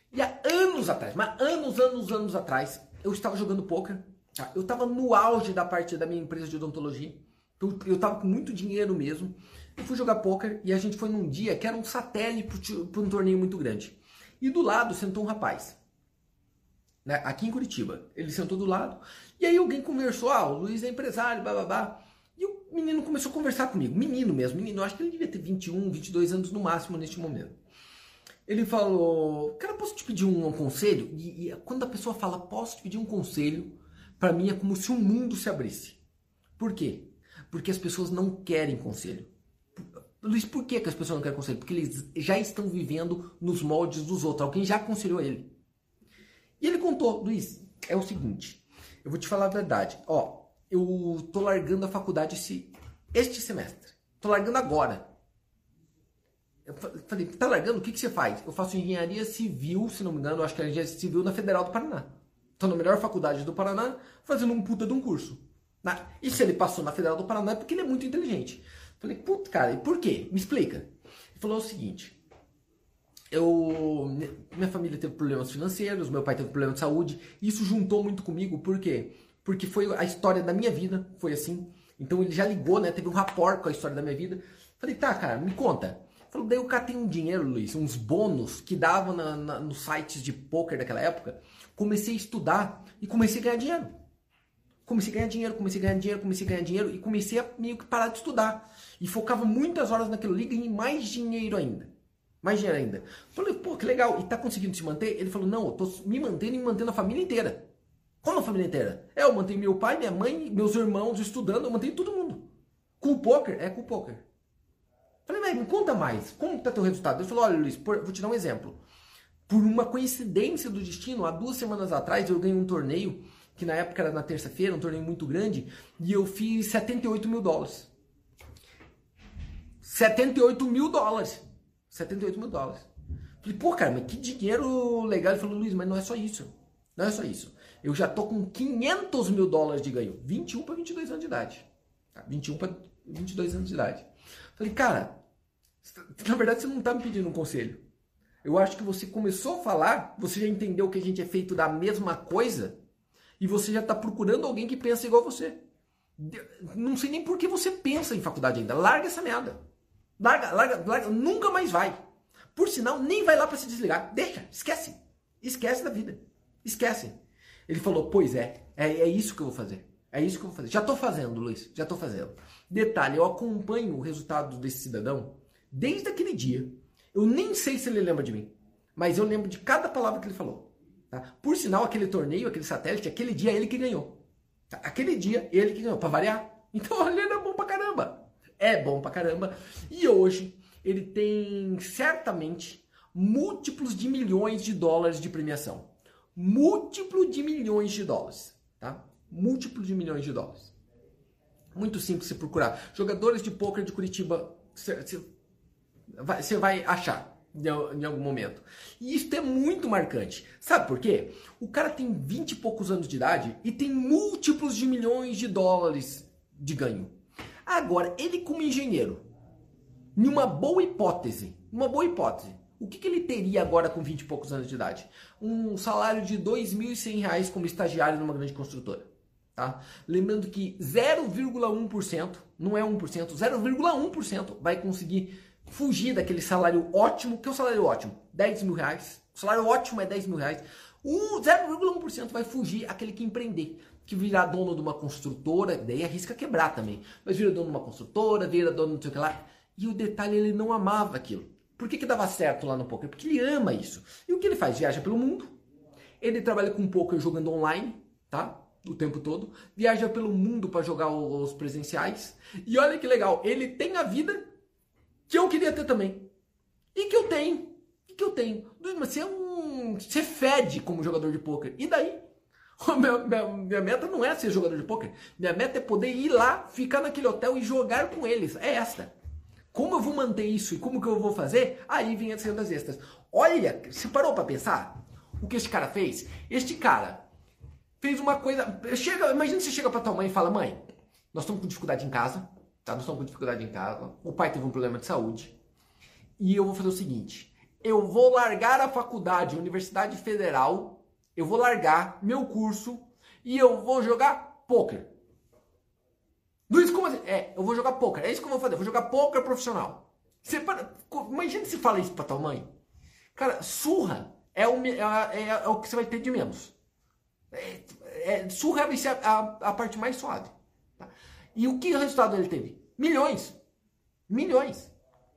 E há anos atrás, mas anos atrás, eu estava jogando poker. Tá? Eu estava no auge da parte da minha empresa de odontologia. Eu estava com muito dinheiro mesmo. Eu fui jogar poker e a gente foi num dia que era um satélite para um torneio muito grande. E do lado sentou um rapaz, né, aqui em Curitiba. Ele sentou do lado. E aí alguém conversou, o Luiz é empresário, bababá. E o menino começou a conversar comigo. Menino mesmo, menino. Eu acho que ele devia ter 21, 22 anos no máximo neste momento. Ele falou, cara, posso te pedir um conselho? E quando a pessoa fala, posso te pedir um conselho, para mim é como se o mundo se abrisse. Por quê? Porque as pessoas não querem conselho. Luiz, por que as pessoas não querem conselho? Porque eles já estão vivendo nos moldes dos outros. Alguém já aconselhou ele. E ele contou, Luiz, é o seguinte, eu vou te falar a verdade. Eu tô largando a faculdade este semestre. Tô largando agora. Eu falei, tá largando? O que você faz? Eu faço engenharia civil, se não me engano, eu acho que é engenharia civil na Federal do Paraná. Tô na melhor faculdade do Paraná, fazendo um puta de um curso. E se ele passou na Federal do Paraná é porque ele é muito inteligente. Eu falei, puta, cara, e por quê? Me explica. Ele falou o seguinte, minha família teve problemas financeiros, meu pai teve problema de saúde, e isso juntou muito comigo, por quê? Porque foi a história da minha vida, foi assim. Então ele já ligou, né, teve um rapport com a história da minha vida. Eu falei, tá, cara, me conta. Falou, daí o cara tem um dinheiro, Luiz, uns bônus que davam nos sites de poker daquela época. Comecei a estudar e comecei a ganhar dinheiro. Comecei a ganhar dinheiro e comecei a meio que parar de estudar. E focava muitas horas naquilo ali e ganhei mais dinheiro ainda. Falei, pô, que legal. E tá conseguindo se manter? Ele falou, não, eu tô me mantendo e mantendo a família inteira. Como a família inteira? Eu mantenho meu pai, minha mãe, meus irmãos estudando, eu mantenho todo mundo. Com o poker? É com o poker. Falei, velho, me conta mais. Como tá teu resultado? Ele falou, olha, Luiz, vou te dar um exemplo. Por uma coincidência do destino, há 2 semanas atrás eu ganhei um torneio, que na época era na terça-feira, um torneio muito grande, e eu fiz $78 mil. $78 mil. $78 mil. Falei, pô, cara, mas que dinheiro legal. Ele falou, Luiz, mas não é só isso. Não é só isso. Eu já tô com $500 mil de ganho. 21 para 22 anos de idade. 21 para 22 anos de idade. Falei, cara, na verdade você não tá me pedindo um conselho. Eu acho que você começou a falar, você já entendeu que a gente é feito da mesma coisa e você já tá procurando alguém que pensa igual você. Não sei nem por que você pensa em faculdade ainda. Larga essa merda. Larga. Nunca mais vai. Por sinal, nem vai lá para se desligar. Deixa, esquece. Esquece da vida. Esquece. Ele falou, pois é isso que eu vou fazer. É isso que eu vou fazer. Já tô fazendo, Luiz. Já tô fazendo. Detalhe, eu acompanho o resultado desse cidadão desde aquele dia. Eu nem sei se ele lembra de mim, mas eu lembro de cada palavra que ele falou. Tá? Por sinal, aquele torneio, aquele satélite, aquele dia ele que ganhou. Tá? Aquele dia ele que ganhou, pra variar. Então ele era bom pra caramba. É bom pra caramba. E hoje ele tem certamente múltiplos de milhões de dólares de premiação. Múltiplo de milhões de dólares. Tá? Múltiplo de milhões de dólares. Muito simples você procurar. Jogadores de pôquer de Curitiba, você vai achar em algum momento. E isso é muito marcante. Sabe por quê? O cara tem 20 e poucos anos de idade e tem múltiplos de milhões de dólares de ganho. Agora, ele como engenheiro, em uma boa hipótese, o que ele teria agora com 20 e poucos anos de idade? Um salário de R$2.100 como estagiário numa grande construtora. Tá? Lembrando que 0,1%, não é 1%, 0,1% vai conseguir fugir daquele salário ótimo, que é o salário ótimo, R$10 mil. O salário ótimo é R$10 mil. 0,1% vai fugir aquele que empreender, que virar dono de uma construtora, daí arrisca quebrar também, mas vira dono de uma construtora, vira dono de não sei o que lá. E o detalhe, ele não amava aquilo. Por que dava certo lá no poker? Porque ele ama isso. E o que ele faz? Viaja pelo mundo, ele trabalha com poker jogando online, tá? O tempo todo, viaja pelo mundo para jogar os presenciais. E olha que legal, ele tem a vida que eu queria ter também. E que eu tenho. Mas você fede como jogador de pôquer. E daí? Minha meta não é ser jogador de pôquer. Minha meta é poder ir lá, ficar naquele hotel e jogar com eles. É esta. Como eu vou manter isso e como que eu vou fazer? Aí vem as rendas extras. Olha, você parou para pensar o que este cara fez? Este cara fez uma coisa... Imagina você chega pra tua mãe e fala, mãe, nós estamos com dificuldade em casa, tá? O pai teve um problema de saúde e eu vou fazer o seguinte, eu vou largar a faculdade, Universidade Federal, eu vou largar meu curso e eu vou jogar pôquer. Luiz, como assim? Eu vou jogar pôquer, é isso que eu vou fazer, eu vou jogar pôquer profissional. Imagina se fala isso pra tua mãe. Cara, surra é o que você vai ter de menos. Surra vai ser a parte mais suave. Tá? E o que resultado ele teve? Milhões. Milhões.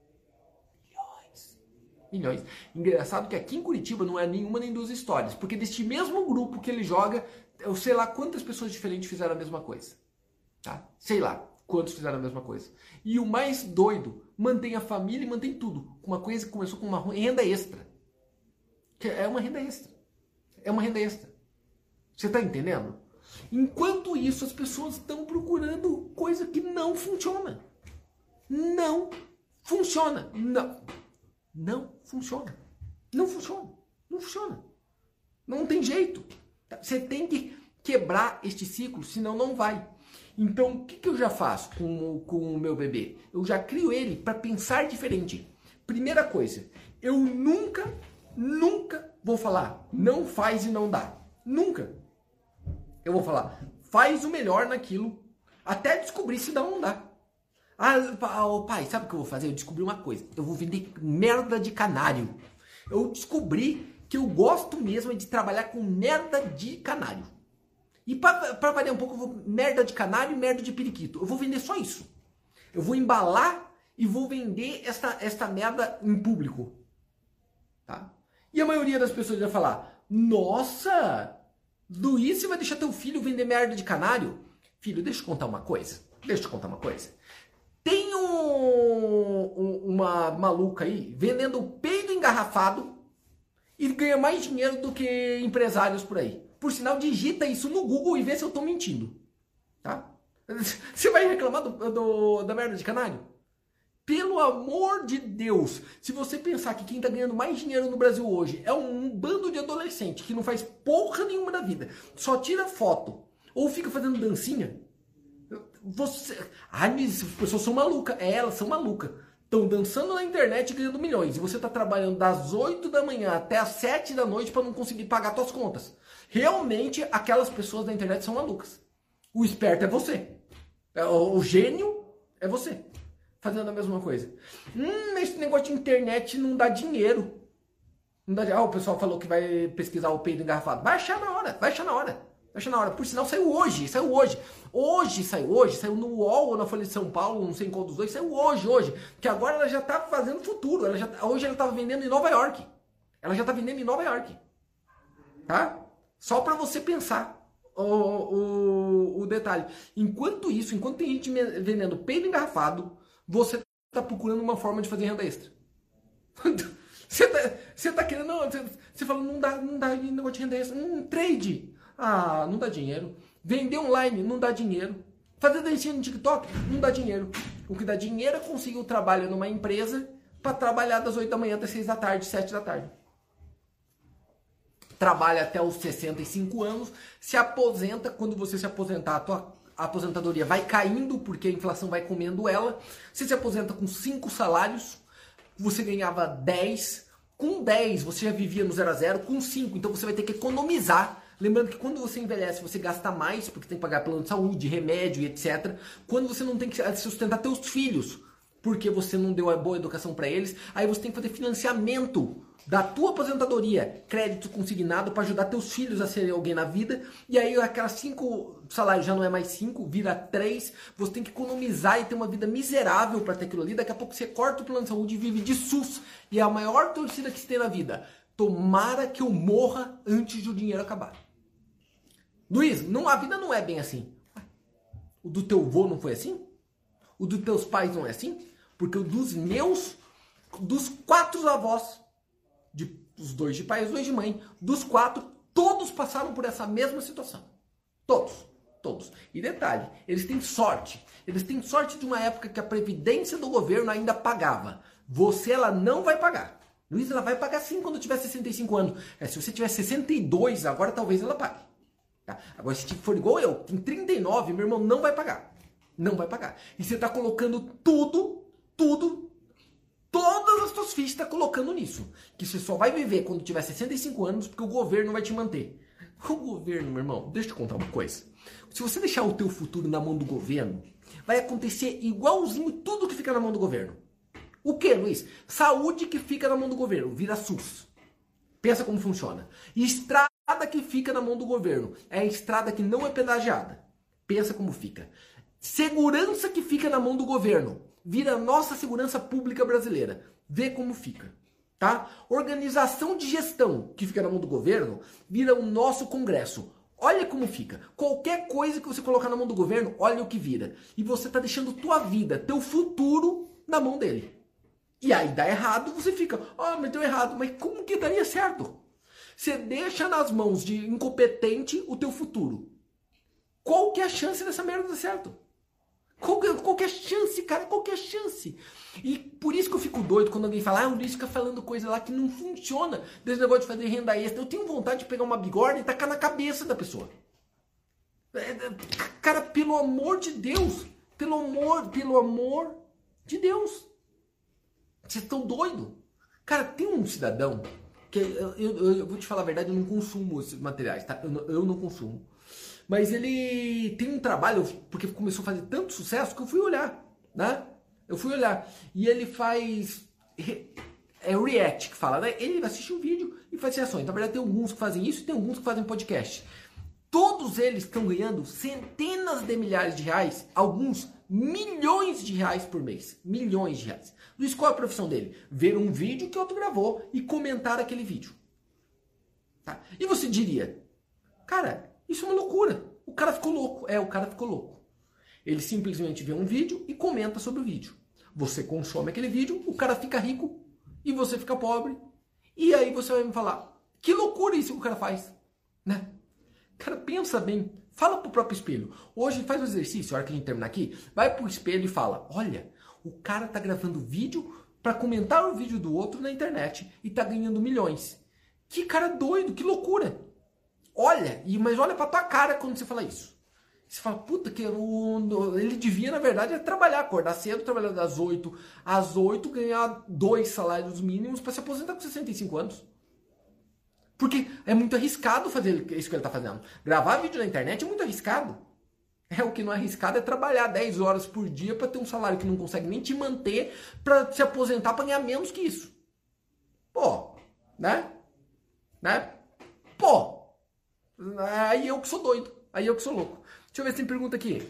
Milhões. Engraçado que aqui em Curitiba não é nenhuma nem duas histórias, porque deste mesmo grupo que ele joga, eu sei lá quantas pessoas diferentes fizeram a mesma coisa. Tá? Sei lá quantos fizeram a mesma coisa. E o mais doido, mantém a família e mantém tudo. Uma coisa que começou com uma renda extra. Que é uma renda extra. É uma renda extra. Você está entendendo? Enquanto isso, as pessoas estão procurando coisa que não funciona. Não funciona. Não funciona. Não funciona. Não funciona. Não tem jeito. Você tem que quebrar este ciclo, senão não vai. Então, o que eu já faço com o meu bebê? Eu já crio ele para pensar diferente. Primeira coisa, eu nunca vou falar, não faz e não dá. Nunca. Eu vou falar, faz o melhor naquilo, até descobrir se dá ou não dá. Pai, sabe o que eu vou fazer? Eu descobri uma coisa. Eu vou vender merda de canário. Eu descobri que eu gosto mesmo de trabalhar com merda de canário. E para variar um pouco, eu vou merda de canário e merda de periquito. Eu vou vender só isso. Eu vou embalar e vou vender esta merda em público. Tá? E a maioria das pessoas vai falar, nossa, Luiz, você vai deixar teu filho vender merda de canário? Filho, deixa eu contar uma coisa. Tem uma maluca aí vendendo peido engarrafado e ganha mais dinheiro do que empresários por aí. Por sinal, digita isso no Google e vê se eu tô mentindo. Tá? Você vai reclamar da merda de canário? Pelo amor de Deus, se você pensar que quem tá ganhando mais dinheiro no Brasil hoje é um bando de adolescente que não faz porra nenhuma da vida, só tira foto ou fica fazendo dancinha, as pessoas são malucas. Elas são malucas. Estão dançando na internet e ganhando milhões. E você está trabalhando das 8 da manhã até as 7 da noite para não conseguir pagar suas contas. Realmente, aquelas pessoas da internet são malucas. O esperto é você. O gênio é você. Fazendo a mesma coisa. Esse negócio de internet não dá dinheiro. Não dá, o pessoal falou que vai pesquisar o peido engarrafado. Vai achar na hora. Por sinal, saiu hoje. Saiu no UOL ou na Folha de São Paulo, não sei em qual dos dois, saiu hoje. Porque agora ela já está fazendo futuro. Hoje ela estava vendendo em Nova York. Tá? Só para você pensar o detalhe. Enquanto tem gente vendendo peido engarrafado, você está procurando uma forma de fazer renda extra. Você tá querendo... Você fala, não dá negócio de renda extra. Trade. Não dá dinheiro. Vender online não dá dinheiro. Fazer dancinha no TikTok não dá dinheiro. O que dá dinheiro é conseguir o trabalho numa empresa para trabalhar das 8 da manhã até 6 da tarde, 7 da tarde. Trabalha até os 65 anos, se aposenta. Quando você se aposentar, a tua aposentadoria vai caindo porque a inflação vai comendo ela. Você se aposenta com 5 salários, você ganhava 10. Com 10 você já vivia no 0 a 0, com 5, então você vai ter que economizar. Lembrando que quando você envelhece, você gasta mais, porque tem que pagar plano de saúde, remédio e etc. Quando você não tem que sustentar teus filhos, porque você não deu a boa educação para eles, aí você tem que fazer financiamento da tua aposentadoria, crédito consignado para ajudar teus filhos a serem alguém na vida. E aí aquelas 5 salários já não é mais 5, vira 3. Você tem que economizar e ter uma vida miserável para ter aquilo ali. Daqui a pouco você corta o plano de saúde e vive de SUS. E é a maior torcida que você tem na vida: tomara que eu morra antes do dinheiro acabar. Luiz, a vida não é bem assim. O do teu avô não foi assim? O dos teus pais não é assim? Porque o dos 4 avós, os 2 de pai e os 2 de mãe, dos 4, todos passaram por essa mesma situação. Todos. E detalhe, eles têm sorte. Eles têm sorte de uma época que a previdência do governo ainda pagava. Ela não vai pagar. Luiz, ela vai pagar sim quando tiver 65 anos. Se você tiver 62, agora talvez ela pague. Tá? Agora, se for igual eu, tem 39, meu irmão, não vai pagar. Não vai pagar. E você está colocando tudo Todas as suas fichas tá colocando nisso. Que você só vai viver quando tiver 65 anos porque o governo vai te manter. O governo, meu irmão, deixa eu te contar uma coisa. Se você deixar o teu futuro na mão do governo, vai acontecer igualzinho tudo que fica na mão do governo. O que, Luiz? Saúde que fica na mão do governo, vira SUS. Pensa como funciona. Estrada que fica na mão do governo é a estrada que não é pedagiada. Pensa como fica. Segurança que fica na mão do governo vira a nossa segurança pública brasileira. Vê como fica. Tá? Organização de gestão que fica na mão do governo vira o nosso Congresso. Olha como fica. Qualquer coisa que você colocar na mão do governo, olha o que vira. E você está deixando tua vida, teu futuro na mão dele. E aí dá errado, você fica, mas deu errado. Mas como que daria certo? Você deixa nas mãos de incompetente o teu futuro. Qual que é a chance dessa merda dar certo? Qual que é a chance, cara? Qual que é a chance? E por isso que eu fico doido quando alguém fala, o Luiz fica falando coisa lá que não funciona. Desse negócio de fazer renda extra. Eu tenho vontade de pegar uma bigorna e tacar na cabeça da pessoa. Cara, pelo amor de Deus. Pelo amor de Deus. Vocês estão doidos? Cara, tem um cidadão que eu vou te falar a verdade, eu não consumo esses materiais, tá? Eu não consumo. Mas ele tem um trabalho, porque começou a fazer tanto sucesso que eu fui olhar, né? Eu fui olhar. E ele faz... react, que fala, né? Ele assiste um vídeo e faz reações. Na verdade, tem alguns que fazem isso e tem alguns que fazem podcast. Todos eles estão ganhando centenas de milhares de reais, alguns milhões de reais por mês. Milhões de reais. Luiz, qual é a profissão dele? Ver um vídeo que outro gravou e comentar aquele vídeo. Tá? E você diria, cara, isso é uma loucura. O cara ficou louco. O cara ficou louco. Ele simplesmente vê um vídeo e comenta sobre o vídeo. Você consome aquele vídeo, o cara fica rico e você fica pobre. E aí você vai me falar, que loucura isso que o cara faz, né? Cara, pensa bem. Fala pro próprio espelho. Hoje faz um exercício, a hora que a gente terminar aqui, vai pro espelho e fala, olha, o cara tá gravando vídeo para comentar o vídeo do outro na internet e tá ganhando milhões. Que cara doido, que loucura. Olha, mas olha pra tua cara quando você fala isso. Você fala, puta, que ele devia, na verdade, trabalhar, acordar cedo, trabalhar das 8 às 8, ganhar 2 salários mínimos para se aposentar com 65 anos. Porque é muito arriscado fazer isso que ele tá fazendo. Gravar vídeo na internet é muito arriscado. O que não é arriscado é trabalhar 10 horas por dia para ter um salário que não consegue nem te manter para se aposentar para ganhar menos que isso. Pô, né? Pô, aí eu que sou doido. Aí eu que sou louco. Deixa eu ver se tem pergunta aqui.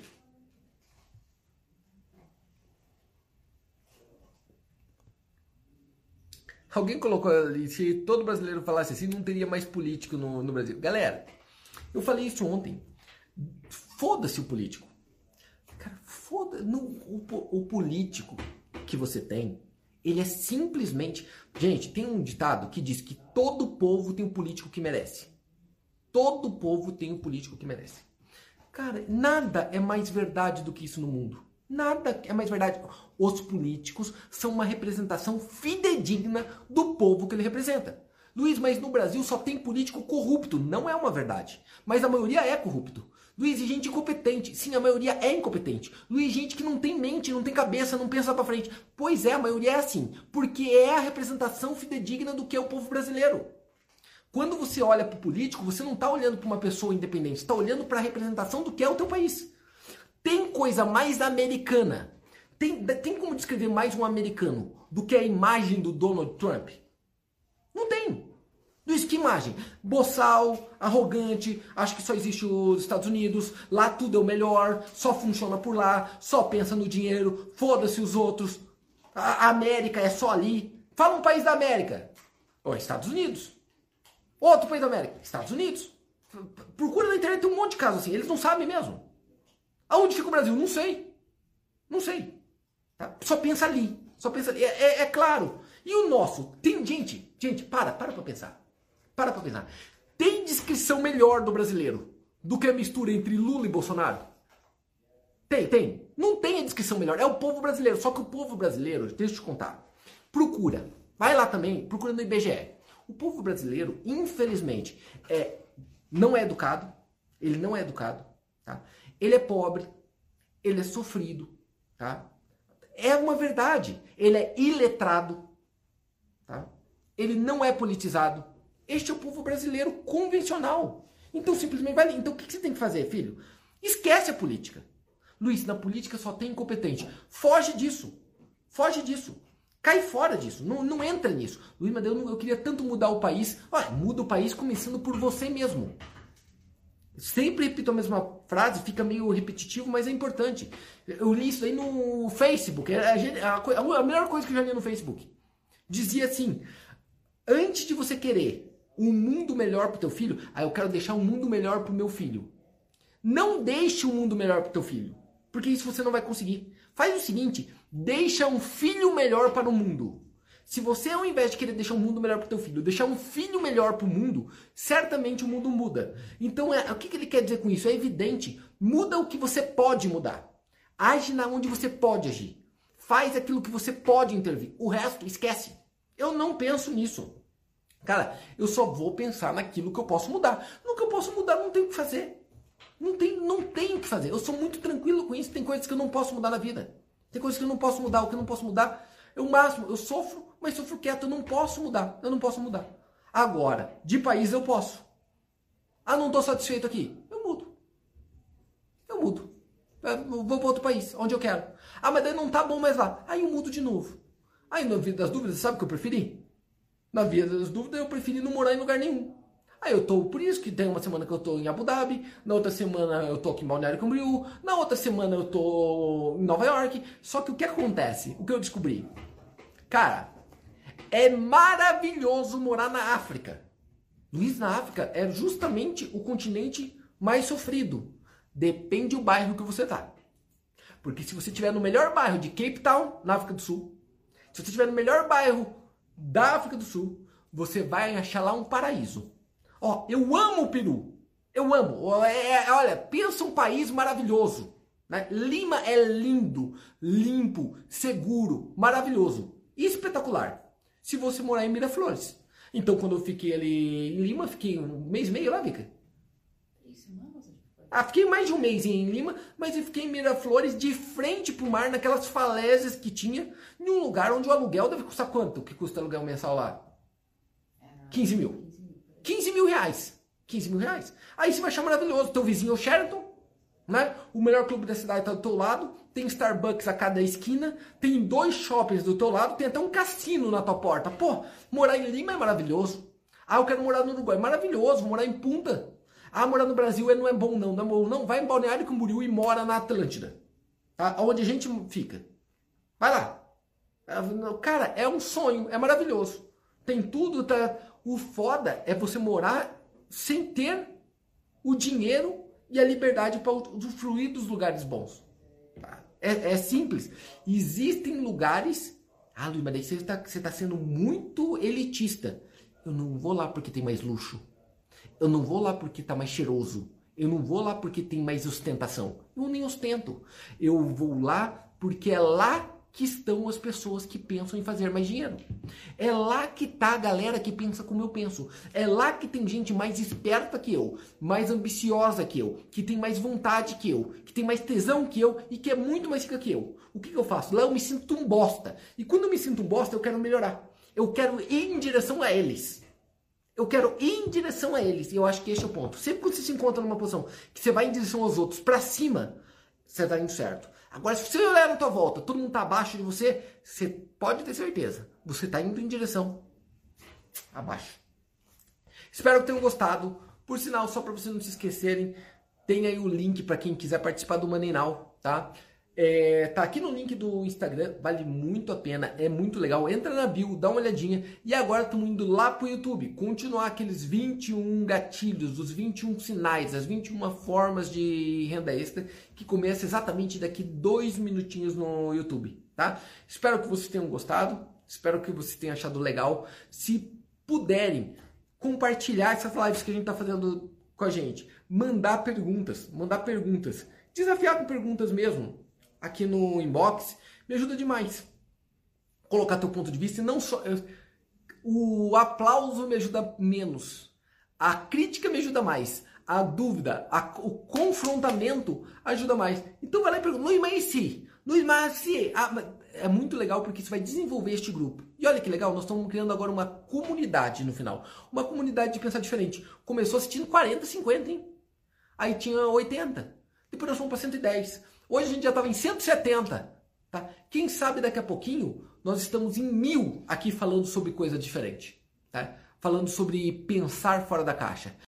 Alguém colocou ali, se todo brasileiro falasse assim, não teria mais político no Brasil. Galera, eu falei isso ontem. Foda-se o político. Cara, foda-se. O político que você tem, ele é simplesmente... Gente, tem um ditado que diz que todo povo tem um político que merece. Todo povo tem um político que merece. Cara, nada é mais verdade do que isso no mundo. Nada é mais verdade. Os políticos são uma representação fidedigna do povo que ele representa. Luiz, mas no Brasil só tem político corrupto. Não é uma verdade. Mas a maioria é corrupto. Luiz, e gente incompetente. Sim, a maioria é incompetente. Luiz, gente que não tem mente, não tem cabeça, não pensa pra frente. Pois é, a maioria é assim. Porque é a representação fidedigna do que é o povo brasileiro. Quando você olha para o político, você não está olhando para uma pessoa independente, você está olhando para a representação do que é o teu país. Tem coisa mais americana, tem como descrever mais um americano do que a imagem do Donald Trump? Não tem. Luiz, que imagem? Boçal, arrogante, acho que só existe os Estados Unidos, lá tudo é o melhor, só funciona por lá, só pensa no dinheiro, foda-se os outros, a América é só ali. Fala um país da América. Estados Unidos. Outro país da América, Estados Unidos. Procura na internet, tem um monte de casos assim. Eles não sabem mesmo. Aonde fica o Brasil? Não sei. Não sei. Tá? Só pensa ali. Só pensa ali. É claro. E o nosso? Tem gente, para pra pensar. Para pra pensar. Tem descrição melhor do brasileiro do que a mistura entre Lula e Bolsonaro? Tem. Não tem a descrição melhor. É o povo brasileiro. Só que o povo brasileiro, deixa eu te contar. Procura. Vai lá também, procura no IBGE. O povo brasileiro, infelizmente, não é educado. Ele não é educado. Tá? Ele é pobre. Ele é sofrido. Tá? é uma verdade. Ele é iletrado, tá? Ele não é politizado. Este é o povo brasileiro convencional. Então simplesmente vai ali. Então o que você tem que fazer, filho? Esquece a política. Luiz, na política só tem incompetente. Foge disso. Foge disso. Cai fora disso. Não entra nisso. Luiz, mas eu queria tanto mudar o país. Olha, muda o país começando por você mesmo. Sempre repito a mesma frase, fica meio repetitivo, mas é importante. Eu li isso aí no Facebook. A melhor coisa que eu já li no Facebook. Dizia assim, antes de você querer um mundo melhor para o teu filho, eu quero deixar um mundo melhor para o meu filho. Não deixe um mundo melhor para o teu filho, porque isso você não vai conseguir. Faz o seguinte, deixa um filho melhor para o mundo. Se você, ao invés de querer deixar um mundo melhor para o teu filho, deixar um filho melhor para o mundo, certamente o mundo muda. Então, o que ele quer dizer com isso? É evidente. Muda o que você pode mudar. Age na onde você pode agir. Faz aquilo que você pode intervir. O resto, esquece. Eu não penso nisso. Cara, eu só vou pensar naquilo que eu posso mudar. No que eu posso mudar, não tem o que fazer. Não tem o que fazer. Eu sou muito tranquilo com isso. Tem coisas que eu não posso mudar na vida. Tem coisas que eu não posso mudar. O que eu não posso mudar, eu sofro, mas sofro quieto. Eu não posso mudar. Eu não posso mudar. Agora, de país eu posso. Não estou satisfeito aqui. Eu mudo. Eu vou para outro país, onde eu quero. Mas daí não tá bom mais lá. Aí eu mudo de novo. Aí na vida das dúvidas, sabe o que eu preferi? Na vida das dúvidas, eu preferi não morar em lugar nenhum. Aí eu tô, por isso que tem uma semana que eu tô em Abu Dhabi, na outra semana eu tô aqui em Balneário Camboriú, na outra semana eu tô em Nova York. Só que o que acontece? O que eu descobri? Cara, é maravilhoso morar na África. Luiz, na África é justamente o continente mais sofrido. Depende do bairro que você tá. Porque se você estiver no melhor bairro de Cape Town, na África do Sul, se você estiver no melhor bairro da África do Sul, você vai achar lá um paraíso. Eu amo o Peru. Eu amo. Olha, pensa um país maravilhoso. Né? Lima é lindo, limpo, seguro, maravilhoso. E espetacular. Se você morar em Miraflores. Então, quando eu fiquei ali em Lima, fiquei um mês e meio lá, Vika. 3 semanas? Fiquei mais de um mês em Lima, mas eu fiquei em Miraflores, de frente pro mar, naquelas falésias que tinha, em um lugar onde o aluguel deve custar quanto? O que custa o aluguel mensal lá? 15 mil. 15 mil reais. 15 mil reais. Aí você vai achar maravilhoso. Teu vizinho é o Sheraton, né? O melhor clube da cidade está do teu lado. Tem Starbucks a cada esquina. Tem 2 shoppings do teu lado. Tem até um cassino na tua porta. Pô, morar em Lima é maravilhoso. Eu quero morar no Uruguai. Maravilhoso. Vou morar em Punta. Morar no Brasil não é bom não. Não é bom não. Vai em Balneário Camboriú e mora na Atlântida. Tá? Onde a gente fica. Vai lá. Cara, é um sonho. É maravilhoso. Tem tudo, tá? O foda é você morar sem ter o dinheiro e a liberdade para usufruir dos lugares bons. Tá? É simples. Existem lugares... Luiz, mas daí você está sendo muito elitista. Eu não vou lá porque tem mais luxo. Eu não vou lá porque está mais cheiroso. Eu não vou lá porque tem mais ostentação. Eu nem ostento. Eu vou lá porque é lá que estão as pessoas que pensam em fazer mais dinheiro. É lá que tá a galera que pensa como eu penso. É lá que tem gente mais esperta que eu, mais ambiciosa que eu, que tem mais vontade que eu, que tem mais tesão que eu e que é muito mais rica que eu. O que eu faço? Lá eu me sinto um bosta. E quando eu me sinto um bosta, eu quero melhorar. Eu quero ir em direção a eles. Eu quero ir em direção a eles. E eu acho que esse é o ponto. Sempre que você se encontra numa posição que você vai em direção aos outros, pra cima, você tá indo certo. Agora, se você olhar na tua volta, todo mundo está abaixo de você, você pode ter certeza. Você está indo em direção abaixo. Espero que tenham gostado. Por sinal, só para vocês não se esquecerem, tem aí o link para quem quiser participar do Money Now, tá? Tá aqui no link do Instagram, vale muito a pena, é muito legal. Entra na bio, dá uma olhadinha. E agora estamos indo lá pro YouTube, continuar aqueles 21 gatilhos, os 21 sinais, as 21 formas de renda extra, que começa exatamente daqui 2 minutinhos no YouTube, tá? Espero que vocês tenham gostado, espero que vocês tenham achado legal. Se puderem compartilhar essas lives que a gente tá fazendo com a gente, mandar perguntas, desafiar com perguntas mesmo. Aqui no inbox, me ajuda demais. Colocar teu ponto de vista e não só... O aplauso me ajuda menos. A crítica me ajuda mais. A dúvida, o confrontamento ajuda mais. Então vai lá e pergunta, Luiz, mas se? é muito legal porque isso vai desenvolver este grupo. E olha que legal, nós estamos criando agora uma comunidade no final. Uma comunidade de pensar diferente. Começou assistindo 40, 50, hein? Aí tinha 80. Depois nós fomos para 110. Hoje a gente já estava em 170. Tá? Quem sabe daqui a pouquinho nós estamos em 1000 aqui falando sobre coisa diferente. Tá? Falando sobre pensar fora da caixa.